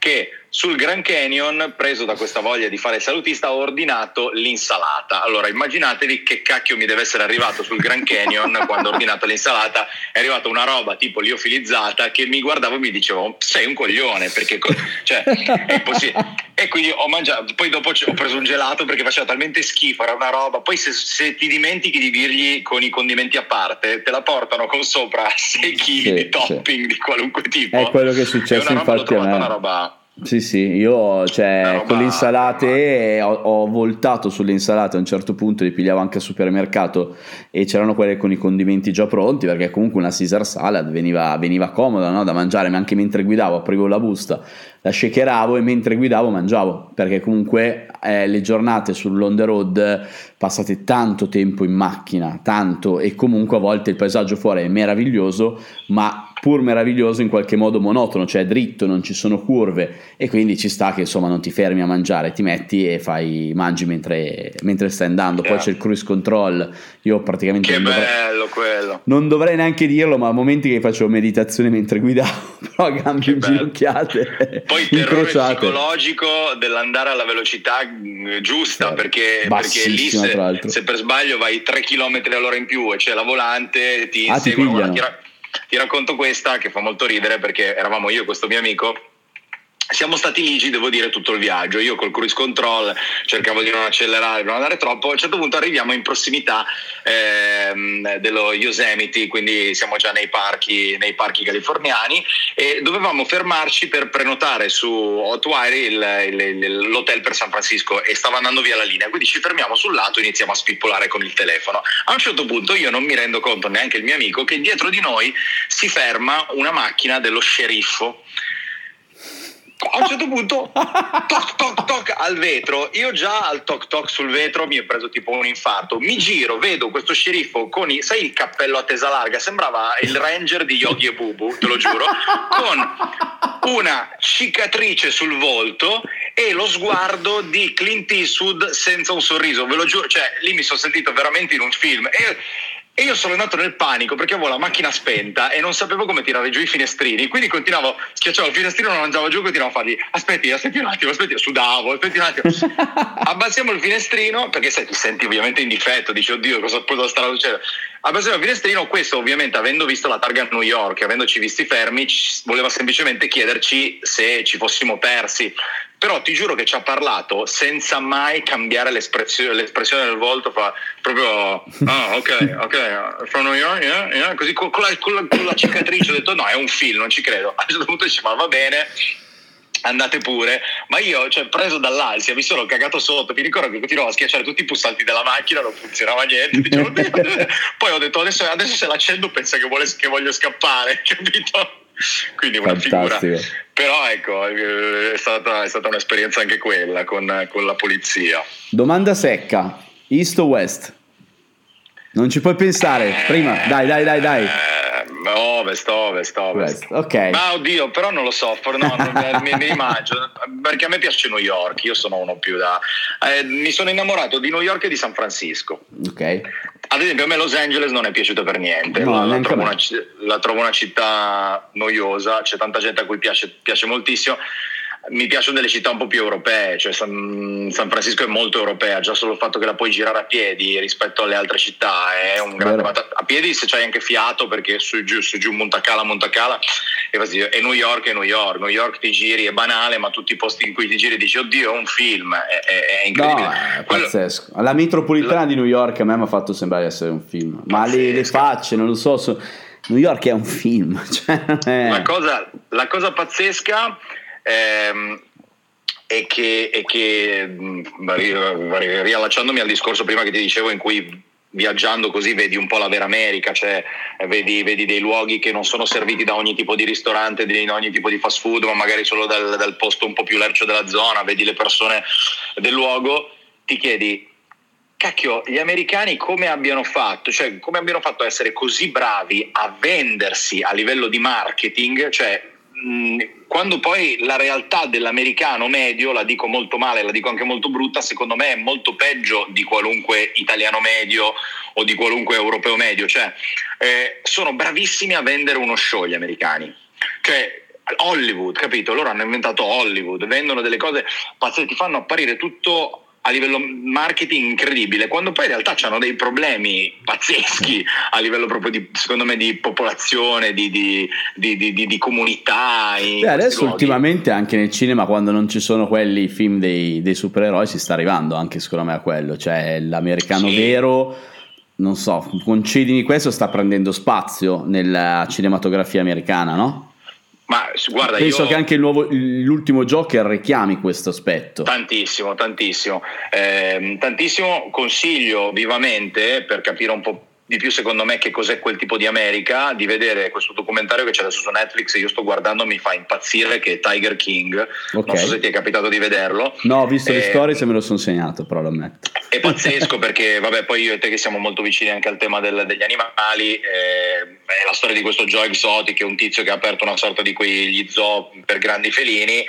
sul Grand Canyon, preso da questa voglia di fare il salutista, ho ordinato l'insalata. Allora immaginatevi che cacchio mi deve essere arrivato sul Grand Canyon quando ho ordinato l'insalata. È arrivata una roba tipo liofilizzata che mi guardavo e mi dicevo sei un coglione, perché cioè, è impossibile. E quindi ho mangiato, poi dopo ho preso un gelato perché faceva talmente schifo, era una roba. Poi se, se ti dimentichi di dirgli con i condimenti a parte, te la portano con sopra sei chili sì, di topping sì. di qualunque tipo. È quello che è successo, è una roba, infatti, l'ho trovata a me. una roba. Sì, sì, io cioè, roba, con le insalate ho, ho voltato sulle insalate, a un certo punto le pigliavo anche al supermercato e c'erano quelle con i condimenti già pronti, perché comunque una Caesar salad veniva, veniva comoda, no? Da mangiare, ma anche mentre guidavo aprivo la busta, la shakeravo e mentre guidavo mangiavo, perché comunque eh, le giornate sull'on the road passate tanto tempo in macchina, tanto, e comunque a volte il paesaggio fuori è meraviglioso, ma pur meraviglioso in qualche modo monotono, cioè dritto, non ci sono curve, e quindi ci sta che insomma non ti fermi a mangiare, ti metti e fai mangi mentre, mentre stai andando. Poi c'è il cruise control, io praticamente che non dovrei, bello quello, non dovrei neanche dirlo, ma a momenti che facevo meditazione mentre guidavo, però a gambe che inginocchiate, poi il terrore incrociate. psicologico dell'andare alla velocità giusta, Certo. perché, perché lì se, se per sbaglio vai tre chilometri all'ora in più e c'è la volante ti ah, inseguono. ti Guarda, ti, ra- ti racconto questa che fa molto ridere, perché eravamo io e questo mio amico. Siamo stati ligi, devo dire, tutto il viaggio. Io col cruise control cercavo di non accelerare, non andare troppo. A un certo punto arriviamo in prossimità ehm, dello Yosemite, quindi siamo già nei parchi, nei parchi californiani, e dovevamo fermarci per prenotare su Hotwire il, il, il, l'hotel per San Francisco, e stava andando via la linea, quindi ci fermiamo sul lato e iniziamo a spippolare con il telefono. A un certo punto io non mi rendo conto, neanche il mio amico, che dietro di noi si ferma una macchina dello sceriffo. A un certo punto toc toc toc al vetro, io già al toc toc sul vetro mi è preso tipo un infarto, mi giro, vedo questo sceriffo con i, sai, il cappello a tesa larga, sembrava il ranger di Yogi e Bubu, te lo giuro, con una cicatrice sul volto e lo sguardo di Clint Eastwood senza un sorriso, ve lo giuro, cioè lì mi sono sentito veramente in un film. E E io sono andato nel panico perché avevo la macchina spenta e non sapevo come tirare giù i finestrini, quindi continuavo, schiacciavo il finestrino, non mangiavo giù, continuavo a fargli aspetti, aspetti un attimo, aspetti, sudavo, aspetti un attimo, abbassiamo il finestrino, perché sai, ti senti ovviamente in difetto, dici oddio cosa, cosa starà succedendo, abbassiamo il finestrino. Questo ovviamente, avendo visto la targa a New York, avendoci visti fermi, voleva semplicemente chiederci se ci fossimo persi. Però ti giuro che ci ha parlato senza mai cambiare l'espressione, l'espressione del volto, fa proprio ah ok ok from New York, yeah, yeah, così con, con, la, con, la, con la cicatrice. Ho detto no, è un film, non ci credo. A un certo punto dice ma va bene, andate pure. Ma io, cioè, preso dall'ansia, mi sono cagato sotto. Mi ricordo che continuavo a schiacciare tutti i pulsanti della macchina, non funzionava niente. Dicevo, poi ho detto adesso, adesso se l'accendo pensa che, vuole, che voglio scappare, capito? Quindi una Fantastico. figura. Però ecco, è stata, è stata un'esperienza anche quella con, con la polizia. Domanda secca, East o West? Non ci puoi pensare, prima, dai dai dai dai. Eh, ovest, ovest, ovest. West. Ok. Ma oddio, però non lo so, no, mi, mi immagino, perché a me piace New York, io sono uno più da... Eh, mi sono innamorato di New York e di San Francisco. Ok. Ad esempio a me Los Angeles non è piaciuto per niente, No, la, la, trovo me. una, la trovo una città noiosa, c'è tanta gente a cui piace, piace moltissimo. Mi piacciono delle città un po' più europee, cioè San, San Francisco è molto europea, già solo il fatto che la puoi girare a piedi rispetto alle altre città è un grande vantaggio. A piedi se c'hai anche fiato, perché su giù, su giù Monte Cala, Monte Cala è così. E New York è New York, New York ti giri, è banale, ma tutti i posti in cui ti giri dici oddio è un film, è, è, è incredibile. No, è Quello, pazzesco. La metropolitana la, di New York a me mi ha fatto sembrare essere un film, ma le, le facce, non lo so, so, New York è un film. Cioè, è... La, cosa, la cosa pazzesca ehm, è che, è che riallacciandomi al discorso prima che ti dicevo, in cui viaggiando così vedi un po' la vera America, cioè vedi, vedi dei luoghi che non sono serviti da ogni tipo di ristorante, di ogni tipo di fast food, ma magari solo dal, dal posto un po' più lercio della zona, vedi le persone del luogo, ti chiedi cacchio, gli americani come abbiano fatto, cioè come abbiano fatto a essere così bravi a vendersi a livello di marketing, cioè mh, quando poi la realtà dell'americano medio, la dico molto male, la dico anche molto brutta, secondo me è molto peggio di qualunque italiano medio o di qualunque europeo medio, cioè eh, sono bravissimi a vendere uno show gli americani, cioè Hollywood, capito? Loro hanno inventato Hollywood, vendono delle cose pazzesche, ti fanno apparire tutto a livello marketing incredibile, quando poi in realtà hanno dei problemi pazzeschi a livello proprio di, secondo me, di popolazione, di, di, di, di, di, di comunità. Beh, adesso luoghi. Ultimamente anche nel cinema, quando non ci sono quelli film dei, dei supereroi, si sta arrivando anche secondo me a quello, cioè l'americano sì. vero, non so, concedimi questo, sta prendendo spazio nella cinematografia americana, no? Ma guarda, penso io... che anche il nuovo, l'ultimo Joker richiami questo aspetto. Tantissimo, tantissimo, eh, tantissimo. Consiglio vivamente, per capire un po' di più secondo me che cos'è quel tipo di America, di vedere questo documentario che c'è adesso su Netflix, io sto guardando, mi fa impazzire, che è Tiger King. Okay. Non so se ti è capitato di vederlo. No, ho visto eh, le storie, se me lo sono segnato, però lo ammetto. È pazzesco perché vabbè, poi io e te che siamo molto vicini anche al tema del, degli animali, eh, è la storia di questo Joe Exotic, che è un tizio che ha aperto una sorta di quegli zoo per grandi felini,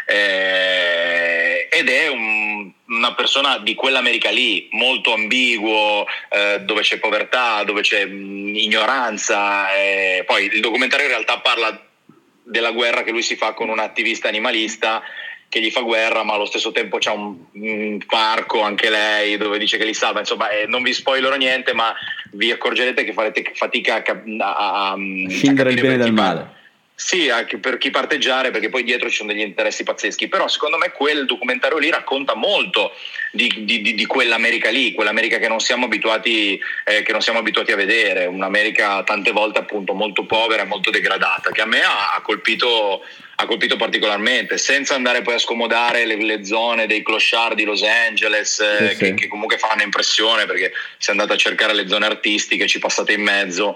eh, ed è un, una persona di quell'America lì, molto ambiguo, eh, dove c'è povertà, dove c'è mh, ignoranza, eh, poi il documentario in realtà parla della guerra che lui si fa con un attivista animalista che gli fa guerra, ma allo stesso tempo c'ha un, un parco anche lei dove dice che li salva, insomma, eh, non vi spoilerò niente, ma vi accorgerete che farete fatica a, a, a scindere il bene dal male. Sì, anche per chi parteggiare, perché poi dietro ci sono degli interessi pazzeschi, però secondo me quel documentario lì racconta molto di, di, di, di quell'America lì, quell'America che non siamo abituati eh, che non siamo abituati a vedere, un'America tante volte appunto molto povera e molto degradata, che a me ha, ha colpito ha colpito particolarmente, senza andare poi a scomodare le, le zone dei clochard di Los Angeles, eh, sì, che, sì. che comunque fanno impressione, perché se andate a cercare le zone artistiche ci passate in mezzo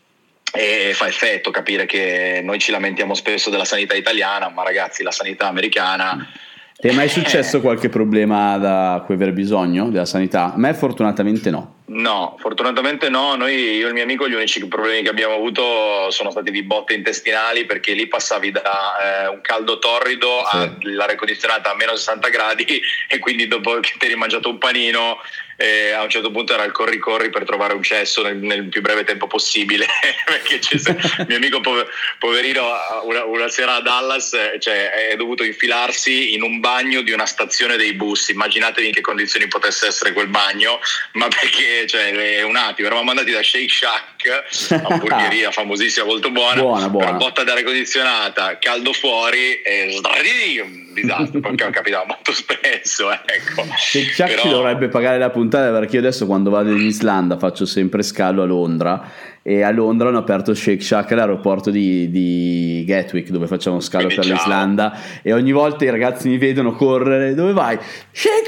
e fa effetto capire che noi ci lamentiamo spesso della sanità italiana, ma ragazzi, la sanità americana... Ti è mai successo eh... qualche problema da cui aver bisogno della sanità? A me fortunatamente no. No, fortunatamente no. Noi, io e il mio amico, gli unici problemi che abbiamo avuto sono stati di botte intestinali, perché lì passavi da eh, un caldo torrido sì. all'aria condizionata a meno sessanta gradi, e quindi dopo che ti eri mangiato un panino, e a un certo punto era il corri corri per trovare un cesso nel, nel più breve tempo possibile perché c'è, mio amico pover, poverino una, una sera a Dallas, cioè, è dovuto infilarsi in un bagno di una stazione dei bus. Immaginatevi in che condizioni potesse essere quel bagno, ma perché, cioè, è un attimo, eravamo andati da Shake Shack, hamburgeria famosissima, molto buona, buona, buona. Una botta d'aria condizionata, caldo fuori e un disastro, perché capitava molto spesso, ecco. Shake Shack Però... ci dovrebbe pagare la puntata, perché io adesso quando vado in Islanda faccio sempre scalo a Londra, e a Londra hanno aperto Shake Shack all'aeroporto di, di Gatwick, dove facciamo scalo Quindi per ciao. l'Islanda, e ogni volta i ragazzi mi vedono correre: dove vai? Shake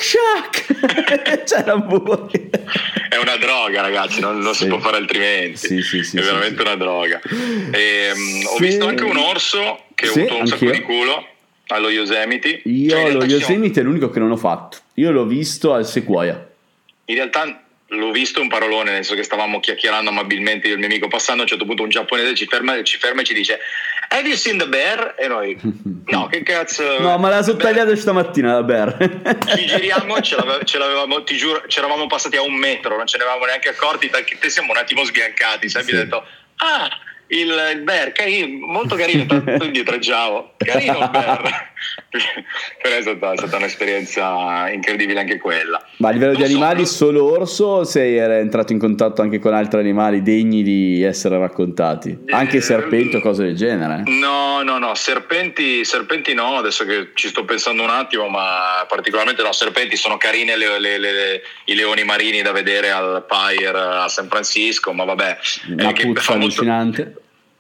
Shack! C'è l'hamburger. È una droga, ragazzi, non, non sì. si può fare altrimenti. Sì, sì, sì, è sì, veramente sì. una droga. E, um, ho sì. visto anche un orso che sì, ha avuto un anch'io. sacco di culo allo Yosemite. Io cioè, lo Yosemite è l'unico che non ho fatto. Io l'ho visto al Sequoia. In realtà l'ho visto un parolone, nel senso che stavamo chiacchierando amabilmente io e il mio amico, passando, a un certo punto un giapponese ci ferma, ci ferma e ci dice: "Have you seen the bear?" E noi no, che cazzo, no, ma la sono tagliata stamattina la bear. Ci giriamo, ce, l'ave, ce l'avevamo, ti giuro, ci eravamo passati a un metro, non ce ne avevamo neanche accorti, perché te siamo un attimo sbiancati, sai, sì. detto ah, il, il bear, carino, molto carino, tanto indietreggiavo, carino il bear. Però è stata, è stata un'esperienza incredibile anche quella. Ma a livello non di animali so, solo orso, o sei entrato in contatto anche con altri animali degni di essere raccontati? Anche serpenti o cose del genere? No, no, no, serpenti, serpenti no, adesso che ci sto pensando un attimo, ma particolarmente no, serpenti sono carine le, le, le, i leoni marini da vedere al Pier a San Francisco, ma vabbè. Una eh, puzza fa allucinante. Molto,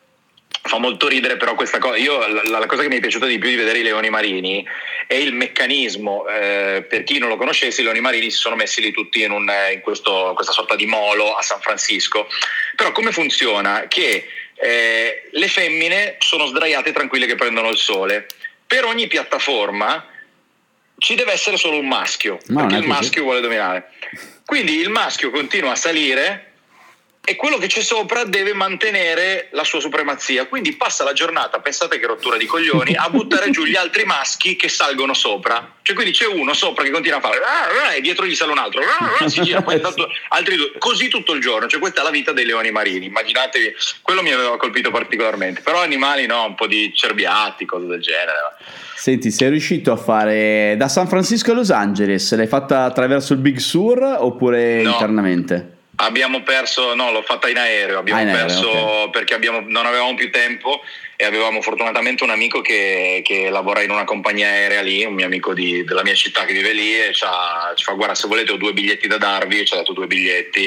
fa molto ridere, però questa cosa, io la, la cosa che mi è piaciuta di più di vedere i leoni marini è il meccanismo. Eh, per chi non lo conoscesse, i leoni marini si sono messi lì tutti in, un, in questo, questa sorta di molo a San Francisco. Però come funziona? Che eh, le femmine sono sdraiate tranquille che prendono il sole. Per ogni piattaforma ci deve essere solo un maschio, Ma perché il così. maschio vuole dominare. Quindi il maschio continua a salire e quello che c'è sopra deve mantenere la sua supremazia, quindi passa la giornata, pensate che rottura di coglioni, a buttare giù gli altri maschi che salgono sopra, cioè quindi c'è uno sopra che continua a fare e dietro gli sale un altro, si gira, poi tanto, altri due, così tutto il giorno, cioè questa è la vita dei leoni marini, immaginatevi, quello mi aveva colpito particolarmente, però animali no, un po' di cerbiatti, cose del genere. Senti, sei riuscito a fare da San Francisco a Los Angeles, l'hai fatta attraverso il Big Sur oppure no, internamente? Abbiamo perso, no, l'ho fatta in aereo, abbiamo ah, in perso aereo, okay. Perché abbiamo, non avevamo più tempo e avevamo fortunatamente un amico che, che lavora in una compagnia aerea lì, un mio amico di, della mia città che vive lì, e ci fa guarda se volete ho due biglietti da darvi, e ci ha dato due biglietti.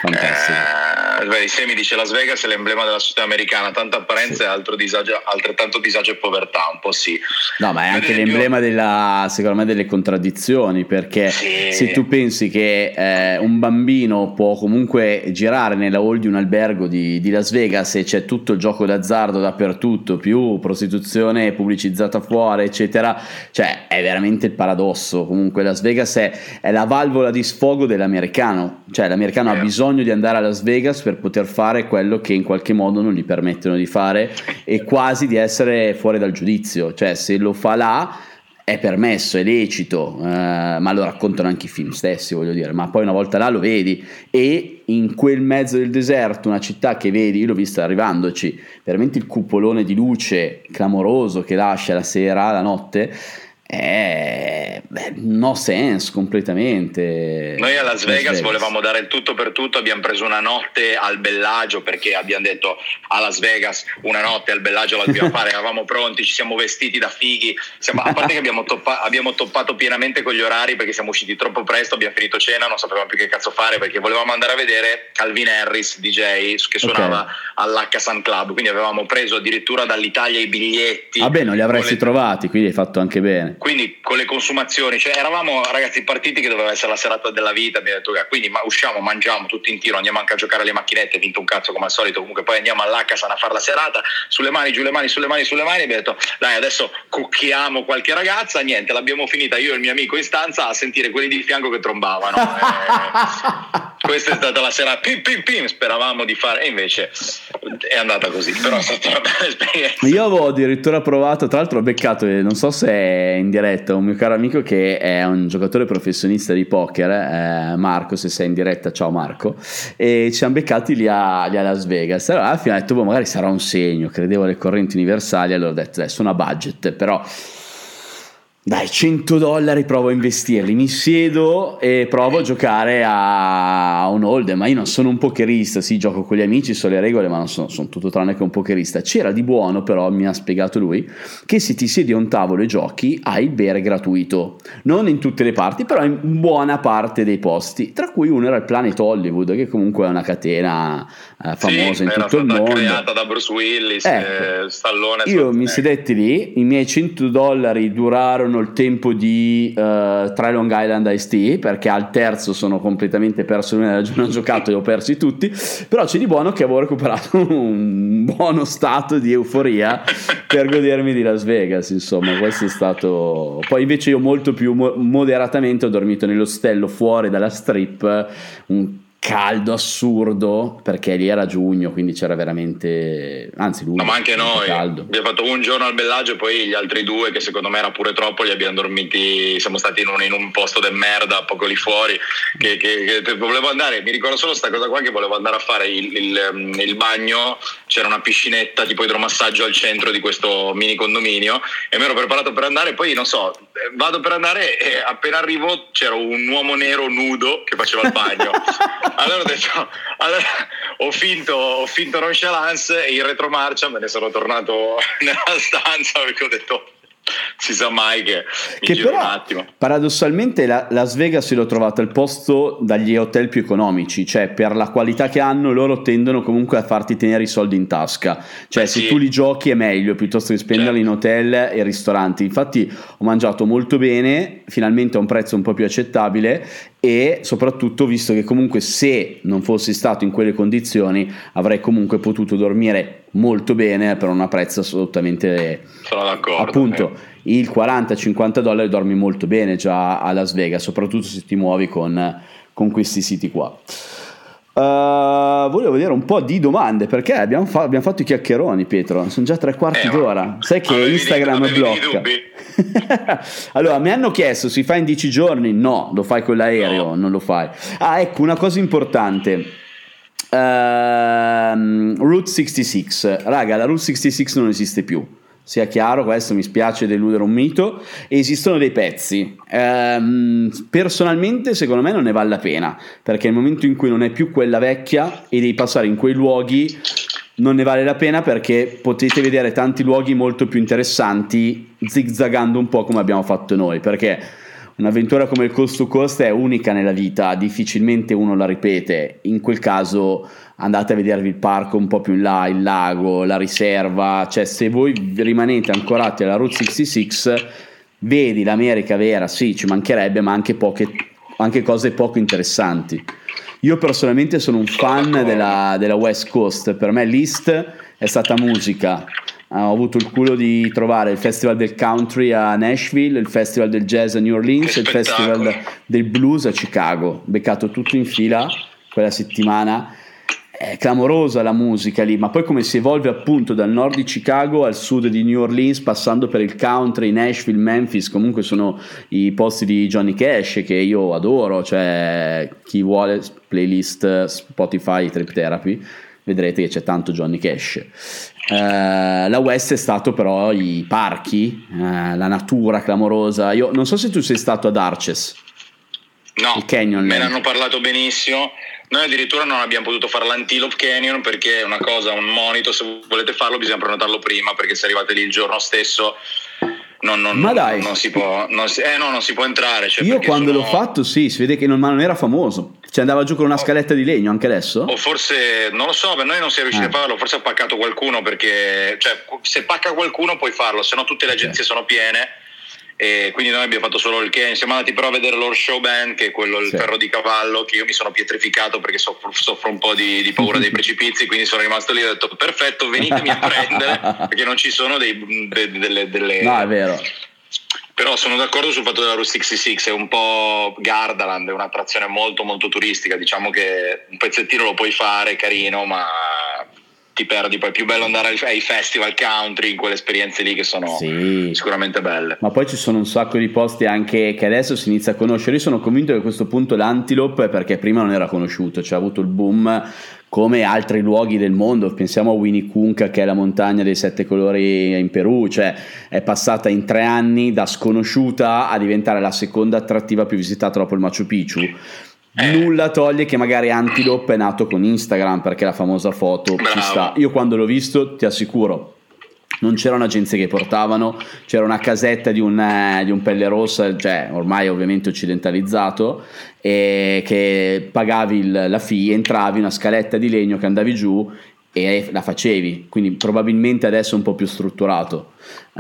Eh, vedi, se mi dice Las Vegas è l'emblema della società americana, tanta apparenza e altro disagio, altrettanto disagio e povertà, un po' sì. No, ma è anche Vedete, l'emblema io... della, secondo me, delle contraddizioni, perché sì. Se tu pensi che eh, un bambino può comunque girare nella hall di un albergo di, di Las Vegas e c'è tutto il gioco d'azzardo dappertutto, più prostituzione pubblicizzata fuori eccetera, cioè è veramente il paradosso. Comunque Las Vegas è, è la valvola di sfogo dell'americano, cioè l'americano eh. ha bisogno di andare a Las Vegas per poter fare quello che in qualche modo non gli permettono di fare e quasi di essere fuori dal giudizio, cioè se lo fa là è permesso, è lecito, eh, ma lo raccontano anche i film stessi, voglio dire, ma poi una volta là lo vedi e in quel mezzo del deserto, una città che vedi, io l'ho vista arrivandoci, veramente il cupolone di luce clamoroso che lascia la sera, la notte, è beh, no sense completamente. Noi a Las Vegas, Vegas volevamo dare il tutto per tutto, abbiamo preso una notte al Bellagio perché abbiamo detto a Las Vegas una notte al Bellagio la dobbiamo fare, eravamo pronti, ci siamo vestiti da fighi, siamo, a parte che abbiamo, toppa, abbiamo toppato pienamente con gli orari perché siamo usciti troppo presto, abbiamo finito cena, non sapevamo più che cazzo fare perché volevamo andare a vedere Calvin Harris D J che suonava okay. all'H Sun Club, quindi avevamo preso addirittura dall'Italia i biglietti. Vabbè, non li avresti le... trovati, quindi hai fatto anche bene. Quindi con le consumazioni, cioè eravamo ragazzi partiti che doveva essere la serata della vita, abbiamo detto quindi ma usciamo, mangiamo tutti in tiro, andiamo anche a giocare alle macchinette, vinto un cazzo come al solito, comunque poi andiamo all'H-San a fare la serata, sulle mani, giù le mani, sulle mani, sulle mani, abbiamo detto dai adesso cucchiamo qualche ragazza, niente, l'abbiamo finita io e il mio amico in stanza a sentire quelli di fianco che trombavano. eh, questa è stata la sera, pim pim pim, speravamo di fare e invece è andata così, però è stata una bella esperienza. Io avevo addirittura provato, tra l'altro ho beccato, non so se è in diretta, un mio caro amico che è un giocatore professionista di poker, eh, Marco, se sei in diretta, ciao Marco, e ci siamo beccati lì a, lì a Las Vegas. Allora alla fine ho detto boh, magari sarà un segno, credevo alle correnti universali, allora ho detto dai, sono a budget, però dai, cento dollari provo a investirli, mi siedo e provo a giocare a un hold'em, ma io non sono un pokerista, sì, gioco con gli amici, so le regole, ma non sono, sono tutto tranne che un pokerista. C'era di buono, però mi ha spiegato lui, che se ti siedi a un tavolo e giochi hai il bere gratuito, non in tutte le parti, però in buona parte dei posti, tra cui uno era il Planet Hollywood, che comunque è una catena eh, famosa sì, in tutto il mondo. Era stata creata da Bruce Willis, ecco, eh, Stallone. Io mi sedetti lì, i miei cento dollari durarono il tempo di uh, tre Long Island Iced Tea, perché al terzo sono completamente perso, non ho giocato e ho persi tutti, però c'è di buono che avevo recuperato un buono stato di euforia per godermi di Las Vegas, insomma questo è stato. Poi invece io molto più mo- moderatamente ho dormito nell'ostello fuori dalla strip, un caldo assurdo perché lì era giugno, quindi c'era veramente, anzi luglio, no, ma anche noi caldo. Abbiamo fatto un giorno al Bellagio e poi gli altri due che secondo me era pure troppo li abbiamo dormiti, siamo stati in un, in un posto de merda poco lì fuori che, che, che volevo andare, mi ricordo solo sta cosa qua che volevo andare a fare il, il, il bagno, c'era una piscinetta tipo idromassaggio al centro di questo mini condominio e mi ero preparato per andare, poi non so, vado per andare e appena arrivo c'era un uomo nero nudo che faceva il bagno. Allora ho detto, allora ho finto, ho finto nonchalance e in retromarcia me ne sono tornato nella stanza perché ho detto si sa mai che mi che giro però, un attimo. Paradossalmente la, Las Vegas l'ho trovata il posto dagli hotel più economici, cioè per la qualità che hanno loro tendono comunque a farti tenere i soldi in tasca, cioè Beh, se sì. tu li giochi è meglio piuttosto che spenderli certo. in hotel e ristoranti. Infatti ho mangiato molto bene, finalmente a un prezzo un po' più accettabile e soprattutto visto che comunque se non fossi stato in quelle condizioni avrei comunque potuto dormire molto bene per un prezzo assolutamente, sono d'accordo, appunto eh. il quaranta cinquanta dollari dormi molto bene già a Las Vegas, soprattutto se ti muovi con, con questi siti qua. Uh, volevo vedere un po' di domande perché abbiamo, fa- abbiamo fatto i chiacchieroni, Pietro. Sono già tre quarti eh, d'ora. Sai che Instagram dei, blocca. Allora, mi hanno chiesto: si fa in dieci giorni? No, lo fai con l'aereo, no. Non lo fai. Ah, ecco, una cosa importante. Uh, Route sessantasei. Raga, la Route sessantasei non esiste più. Sia chiaro, questo mi spiace deludere un mito. Esistono dei pezzi. Ehm, personalmente, secondo me, non ne vale la pena, perché nel momento in cui non è più quella vecchia e devi passare in quei luoghi, non ne vale la pena, perché potete vedere tanti luoghi molto più interessanti zigzagando un po' come abbiamo fatto noi. Perché un'avventura come il Coast to Coast è unica nella vita, difficilmente uno la ripete. In quel caso andate a vedervi il parco un po' più in là, il lago, la riserva. Cioè, se voi rimanete ancorati alla Route sessantasei, vedi l'America vera, sì, ci mancherebbe, ma anche poche, anche cose poco interessanti. Io personalmente sono un fan della, della West Coast. Per me l'East è stata musica. Ho avuto il culo di trovare il Festival del Country a Nashville, il Festival del Jazz a New Orleans e il Festival del Blues a Chicago. Ho beccato tutto in fila quella settimana. È clamorosa la musica lì, ma poi come si evolve appunto dal nord di Chicago al sud di New Orleans, passando per il country, Nashville, Memphis. Comunque sono i posti di Johnny Cash che io adoro. Cioè, chi vuole playlist Spotify Trip Therapy, vedrete che c'è tanto Johnny Cash. Uh, la West è stato però i parchi, uh, la natura clamorosa. Io non so se tu sei stato ad Arches. No, il Canyon, me ne hanno parlato benissimo. Noi addirittura non abbiamo potuto fare l'Antelope Canyon perché è una cosa, un monito, se volete farlo bisogna prenotarlo prima, perché se arrivate lì il giorno stesso non, non, ma dai, non si può non si, eh no non si può entrare, cioè, io quando sono... l'ho fatto sì, si vede che non, ma non era famoso, cioè andava giù con una scaletta di legno anche adesso, o forse non lo so, per noi non si è riusciti eh. a farlo, forse ha paccato qualcuno, perché cioè se pacca qualcuno puoi farlo, se no tutte le agenzie okay. sono piene. E quindi noi abbiamo fatto solo il Canyon. Siamo andati però a vedere l'Horse Show Band, che è quello, il sì. ferro di cavallo, che io mi sono pietrificato perché soffro, soffro un po' di, di paura dei precipizi, quindi sono rimasto lì e ho detto perfetto, venitemi a prendere, perché non ci sono dei, de, delle, delle... No, è vero. Però sono d'accordo sul fatto della Route sessantasei, è un po' Gardaland, è un'attrazione molto molto turistica, diciamo che un pezzettino lo puoi fare, carino, ma ti perdi. Poi è più bello andare ai festival country, in quelle esperienze lì che sono sì. sicuramente belle. Ma poi ci sono un sacco di posti anche che adesso si inizia a conoscere. Io sono convinto che a questo punto l'Antelope, perché prima non era conosciuto, cioè ha avuto il boom come altri luoghi del mondo. Pensiamo a Winnicunca, che è la montagna dei sette colori in Perù, cioè è passata in tre anni da sconosciuta a diventare la seconda attrattiva più visitata dopo il Machu Picchu. Eh. Nulla toglie che magari Antelope è nato con Instagram, perché la famosa foto Bravo. Ci sta. Io quando l'ho visto, ti assicuro, non c'era un'agenzia che portavano, c'era una casetta di un, eh, di un pelle rossa, cioè ormai ovviamente occidentalizzato, e che pagavi il, la fee, entravi, una scaletta di legno che andavi giù e la facevi, quindi probabilmente adesso è un po' più strutturato.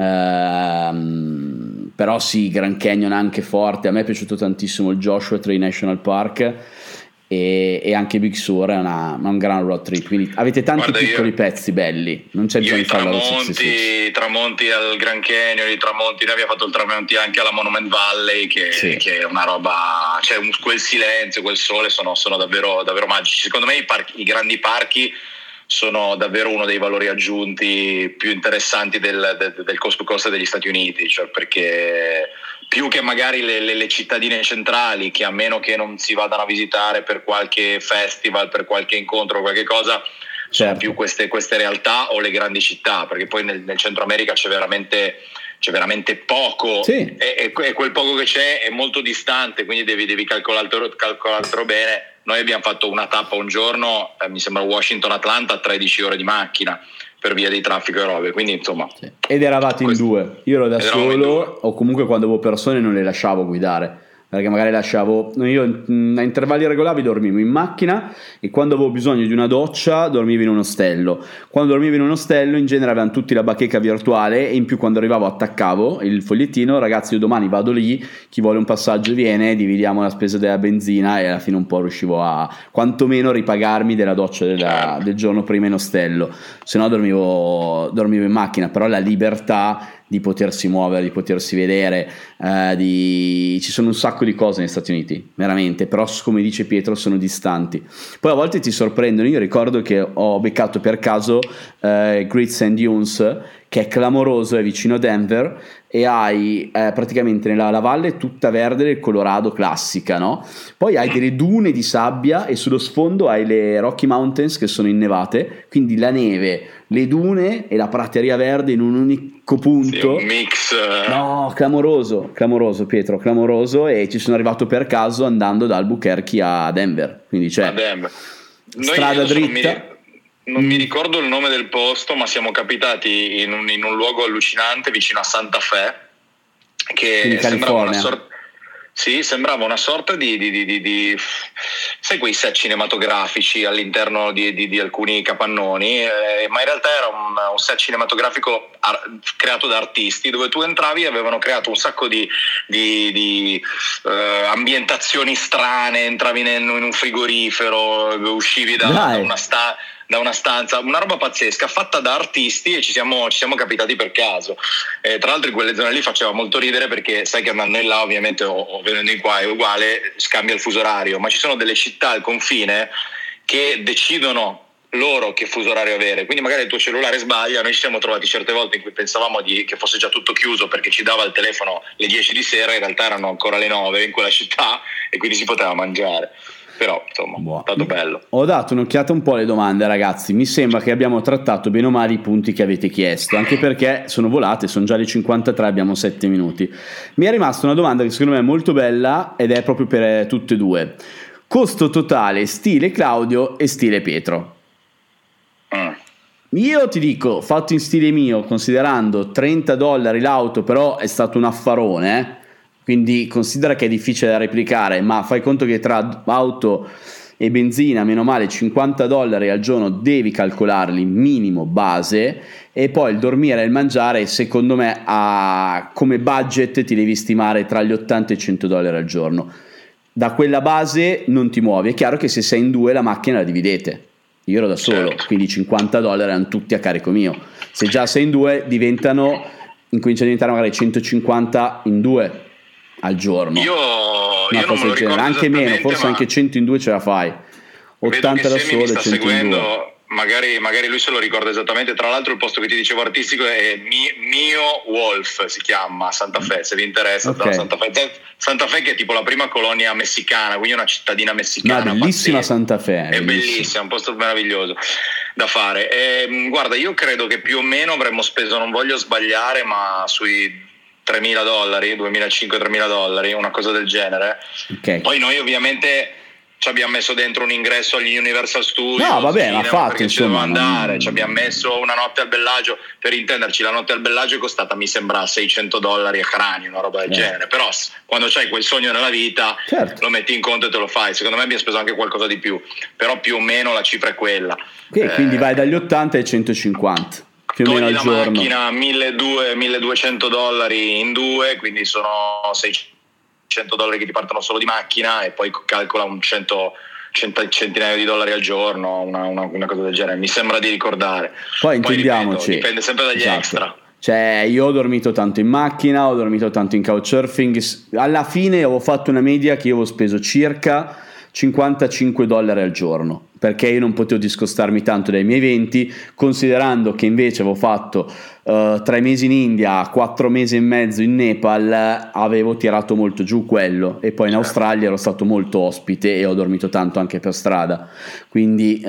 Ehm, però sì, Grand Canyon anche forte. A me è piaciuto tantissimo il Joshua Tree National Park e, e anche Big Sur è una, un gran road trip, quindi avete tanti Guarda, piccoli io, pezzi belli, non c'è bisogno di farlo. I tramonti al Grand Canyon, i tramonti, noi abbiamo fatto il tramonti anche alla Monument Valley, che, sì. che è una roba, cioè un, quel silenzio, quel sole sono, sono davvero, davvero magici. Secondo me i, parchi, i grandi parchi sono davvero uno dei valori aggiunti più interessanti del, del, del Coast to Coast degli Stati Uniti, cioè perché più che magari le, le, le cittadine centrali, che a meno che non si vadano a visitare per qualche festival, per qualche incontro, qualche cosa, sono certo. più queste, queste realtà o le grandi città, perché poi nel, nel Centro America c'è veramente, c'è veramente poco, sì. e, e quel poco che c'è è molto distante, quindi devi, devi calcolartelo, calcolartelo bene. Noi abbiamo fatto una tappa un giorno, eh, mi sembra Washington-Atlanta, tredici ore di macchina per via dei traffico e robe, quindi insomma sì. Ed eravate in due, io ero da solo, o comunque quando avevo persone non le lasciavo guidare, perché magari lasciavo, io a intervalli regolari dormivo in macchina, e quando avevo bisogno di una doccia dormivo in un ostello. Quando dormivo in un ostello in genere avevano tutti la bacheca virtuale, e in più quando arrivavo attaccavo il fogliettino: ragazzi, io domani vado lì, chi vuole un passaggio viene, dividiamo la spesa della benzina, e alla fine un po' riuscivo a quantomeno ripagarmi della doccia della, del giorno prima in ostello, se no dormivo, dormivo in macchina. Però la libertà di potersi muovere, di potersi vedere, eh, di... ci sono un sacco di cose negli Stati Uniti, veramente, però come dice Pietro sono distanti. Poi a volte ti sorprendono. Io ricordo che ho beccato per caso eh, Great Sand Dunes, che è clamoroso, è vicino a Denver, e hai eh, praticamente nella la valle tutta verde del Colorado classica, no? Poi hai delle dune di sabbia e sullo sfondo hai le Rocky Mountains che sono innevate, quindi la neve, le dune e la prateria verde in un unico punto. Sì, un mix. No, clamoroso, clamoroso Pietro, clamoroso, e ci sono arrivato per caso andando da Albuquerque a Denver, quindi cioè a Denver. Noi strada dritta. Non mi ricordo il nome del posto, ma siamo capitati in un, in un luogo allucinante vicino a Santa Fe, che sembrava una sorta, sì, sembrava una sorta di, di, di, di, di sai, quei set cinematografici all'interno di, di, di alcuni capannoni, eh, ma in realtà era un, un set cinematografico ar- creato da artisti, dove tu entravi e avevano creato un sacco di, di, di eh, ambientazioni strane, entravi in, in un frigorifero, uscivi da, da una sta da una stanza, una roba pazzesca fatta da artisti, e ci siamo, ci siamo capitati per caso. Eh, tra l'altro in quelle zone lì faceva molto ridere, perché sai che andando in là ovviamente o, o venendo in qua è uguale, scambia il fuso orario, ma ci sono delle città al confine che decidono loro che fuso orario avere, quindi magari il tuo cellulare sbaglia. Noi ci siamo trovati certe volte in cui pensavamo di, che fosse già tutto chiuso, perché ci dava il telefono le dieci di sera, in realtà erano ancora le nove in quella città e quindi si poteva mangiare. Però insomma è stato bello. Ho dato un'occhiata un po' alle domande, ragazzi, mi sembra che abbiamo trattato bene o male i punti che avete chiesto, anche perché sono volate, sono già le cinquantatré, abbiamo sette minuti. Mi è rimasta una domanda che secondo me è molto bella ed è proprio per tutte e due: costo totale stile Claudio e stile Pietro. mm. Io ti dico, fatto in stile mio, considerando trenta dollari l'auto, però è stato un affarone, eh? Quindi considera che è difficile da replicare, ma fai conto che tra auto e benzina, meno male, cinquanta dollari al giorno devi calcolarli minimo base, e poi il dormire e il mangiare, secondo me, a, come budget ti devi stimare tra gli ottanta e i cento dollari al giorno. Da quella base non ti muovi. È chiaro che se sei in due la macchina la dividete. Io ero da solo, certo. Quindi cinquanta dollari erano tutti a carico mio. Se già sei in due diventano, incomincia a diventare magari centocinquanta in due al giorno, io, una io cosa del genere, anche meno, forse anche cento in due ce la fai, ottanta da solo, cento seguendo, in due. Magari, magari lui se lo ricorda esattamente. Tra l'altro il posto che ti dicevo artistico è Mio Wolf, si chiama Santa Fe, se vi interessa. Okay. Santa Fe. Santa Fe, che è tipo la prima colonia messicana, quindi una cittadina messicana. No, bellissima pazzesca. Santa Fe, è bellissima, un posto meraviglioso da fare. E, guarda, io credo che più o meno avremmo speso, non voglio sbagliare, ma sui tremila dollari, duemilacinquecento tremila dollari, una cosa del genere. Okay. Poi noi ovviamente ci abbiamo messo dentro un ingresso agli Universal Studios, no vabbè, l'ha fatto, ci doveva andare, ci abbiamo messo una notte al Bellagio. Per intenderci, la notte al Bellagio è costata, mi sembra, seicento dollari a cranio, una roba del eh. genere. Però quando c'hai quel sogno nella vita, certo, lo metti in conto e te lo fai. Secondo me abbiamo speso anche qualcosa di più, però più o meno la cifra è quella. Okay, eh, quindi vai dagli ottanta ai centocinquanta più o meno al la giorno. Macchina milleduecento milleduecento dollari in due, quindi sono seicento dollari che ti partono solo di macchina, e poi calcola un cento, cento centinaio di dollari al giorno, una, una, una cosa del genere, mi sembra di ricordare. Poi intendiamoci, ripeto, dipende sempre dagli esatto. extra. Cioè, io ho dormito tanto in macchina, ho dormito tanto in couchsurfing, alla fine ho fatto una media che io avevo speso circa cinquantacinque dollari al giorno, perché io non potevo discostarmi tanto dai miei eventi, considerando che invece avevo fatto uh, tre mesi in India, quattro mesi e mezzo in Nepal, avevo tirato molto giù quello, e poi in certo. Australia ero stato molto ospite e ho dormito tanto anche per strada, quindi uh,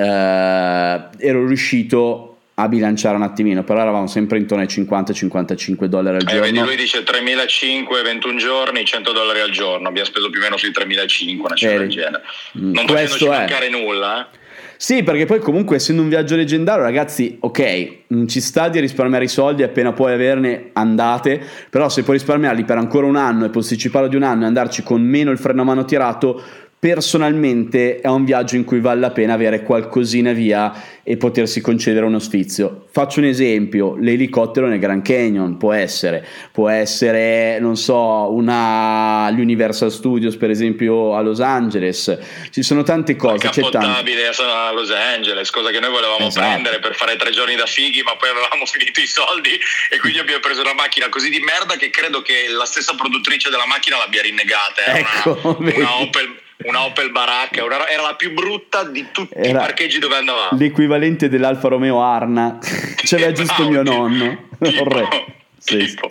ero riuscito a bilanciare un attimino, però eravamo sempre intorno ai cinquanta cinquantacinque dollari al eh, giorno. Vedi, lui dice tremilacinquecento, ventuno giorni, cento dollari al giorno, abbiamo speso più o meno sui tremilacinquecento, una cifra eh, del genere, non facendoci mancare nulla, eh. Sì, perché poi comunque, essendo un viaggio leggendario, ragazzi, ok, ci sta di risparmiare i soldi, appena puoi averne andate, però se puoi risparmiarli per ancora un anno e posticiparlo di un anno e andarci con meno il freno a mano tirato, personalmente è un viaggio in cui vale la pena avere qualcosina via e potersi concedere uno sfizio. Faccio un esempio: l'elicottero nel Grand Canyon può essere, può essere, non so, una l'Universal Studios per esempio a Los Angeles, ci sono tante cose. C'è cappottabile a Los Angeles, cosa che noi volevamo esatto. prendere per fare tre giorni da fighi, ma poi avevamo finito i soldi e quindi abbiamo preso una macchina così di merda che credo che la stessa produttrice della macchina l'abbia rinnegata. Era ecco, una, una Opel una Opel Baracca, una, era la più brutta di tutti era i parcheggi dove andavamo, l'equivalente dell'Alfa Romeo Arna. C'aveva giusto mio nonno tipo, sì, sì.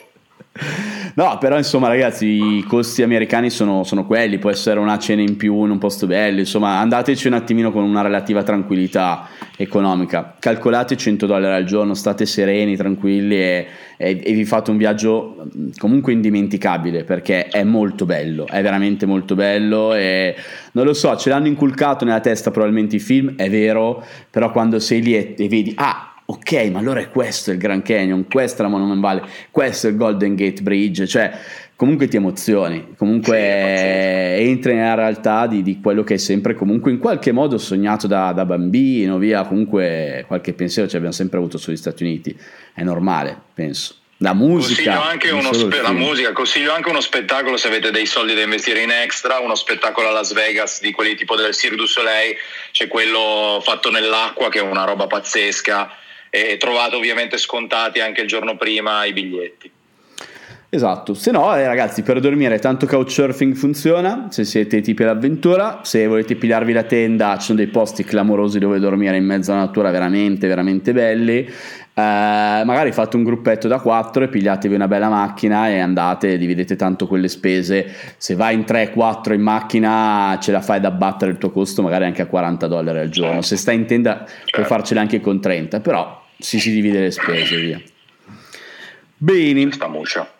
No, però insomma ragazzi, i costi americani sono, sono quelli. Può essere una cena in più in un posto bello, insomma andateci un attimino con una relativa tranquillità economica, calcolate cento dollari al giorno, state sereni, tranquilli e, e, e vi fate un viaggio comunque indimenticabile, perché è molto bello, è veramente molto bello. E non lo so, ce l'hanno inculcato nella testa probabilmente i film, è vero, però quando sei lì e, e vedi ah ok, ma allora è questo il Grand Canyon, questa è la Monument Valley, questo è il Golden Gate Bridge, cioè comunque ti emozioni, comunque sì, entri nella realtà di, di quello che è sempre comunque in qualche modo sognato da, da bambino, via, comunque qualche pensiero ci abbiamo sempre avuto sugli Stati Uniti, è normale, penso. La musica, consiglio anche uno spe- la musica, consiglio anche uno spettacolo se avete dei soldi da investire in extra, uno spettacolo a Las Vegas di quelli tipo del Cirque du Soleil, c'è quello fatto nell'acqua che è una roba pazzesca. E trovate ovviamente scontati anche il giorno prima i biglietti. Esatto, se no eh, ragazzi, per dormire tanto couchsurfing funziona se siete tipi d'avventura. Se volete pigliarvi la tenda, ci sono dei posti clamorosi dove dormire in mezzo alla natura, veramente veramente belli. Eh, magari fate un gruppetto da quattro e pigliatevi una bella macchina e andate, dividete tanto quelle spese. Se vai in tre quattro in macchina ce la fai ad abbattere il tuo costo magari anche a quaranta dollari al giorno. Se stai in tenda certo. puoi farcela anche con trenta, però si si divide le spese, via. Bene. Sta muscia.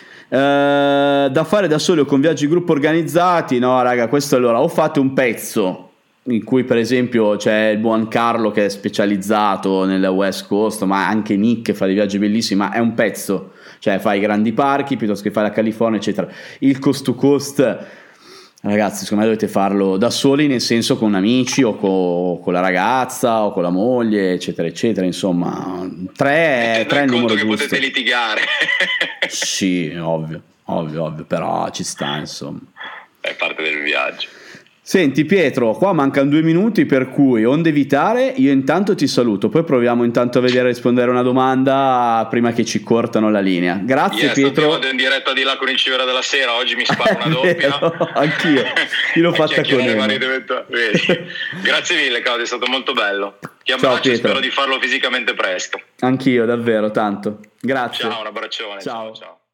Uh, da fare da soli o con viaggi gruppo organizzati, no raga, questo allora o fate un pezzo in cui per esempio c'è il buon Carlo che è specializzato nella West Coast, ma anche Nick che fa dei viaggi bellissimi, ma è un pezzo, cioè fai i grandi parchi piuttosto che fai la California eccetera. Il cost to cost ragazzi secondo me dovete farlo da soli, nel senso con amici o con, con la ragazza o con la moglie eccetera eccetera, insomma tre, tre è il numero che giusto. Potete litigare. Sì, ovvio, ovvio, ovvio, però ci sta, insomma. È parte del viaggio. Senti Pietro, qua mancano due minuti, per cui onde evitare, io intanto ti saluto, poi proviamo intanto a vedere rispondere a una domanda prima che ci cortano la linea. Grazie yes, Pietro. Vado in diretta di là con il Civera della Sera, oggi mi sparo una doppia. Anch'io, io l'ho fatta con Emo. Grazie mille Claudio, è stato molto bello. Ti abbraccio e spero di farlo fisicamente presto. Anch'io, davvero, tanto. Grazie. Ciao, un abbraccione. Ciao. ciao. ciao.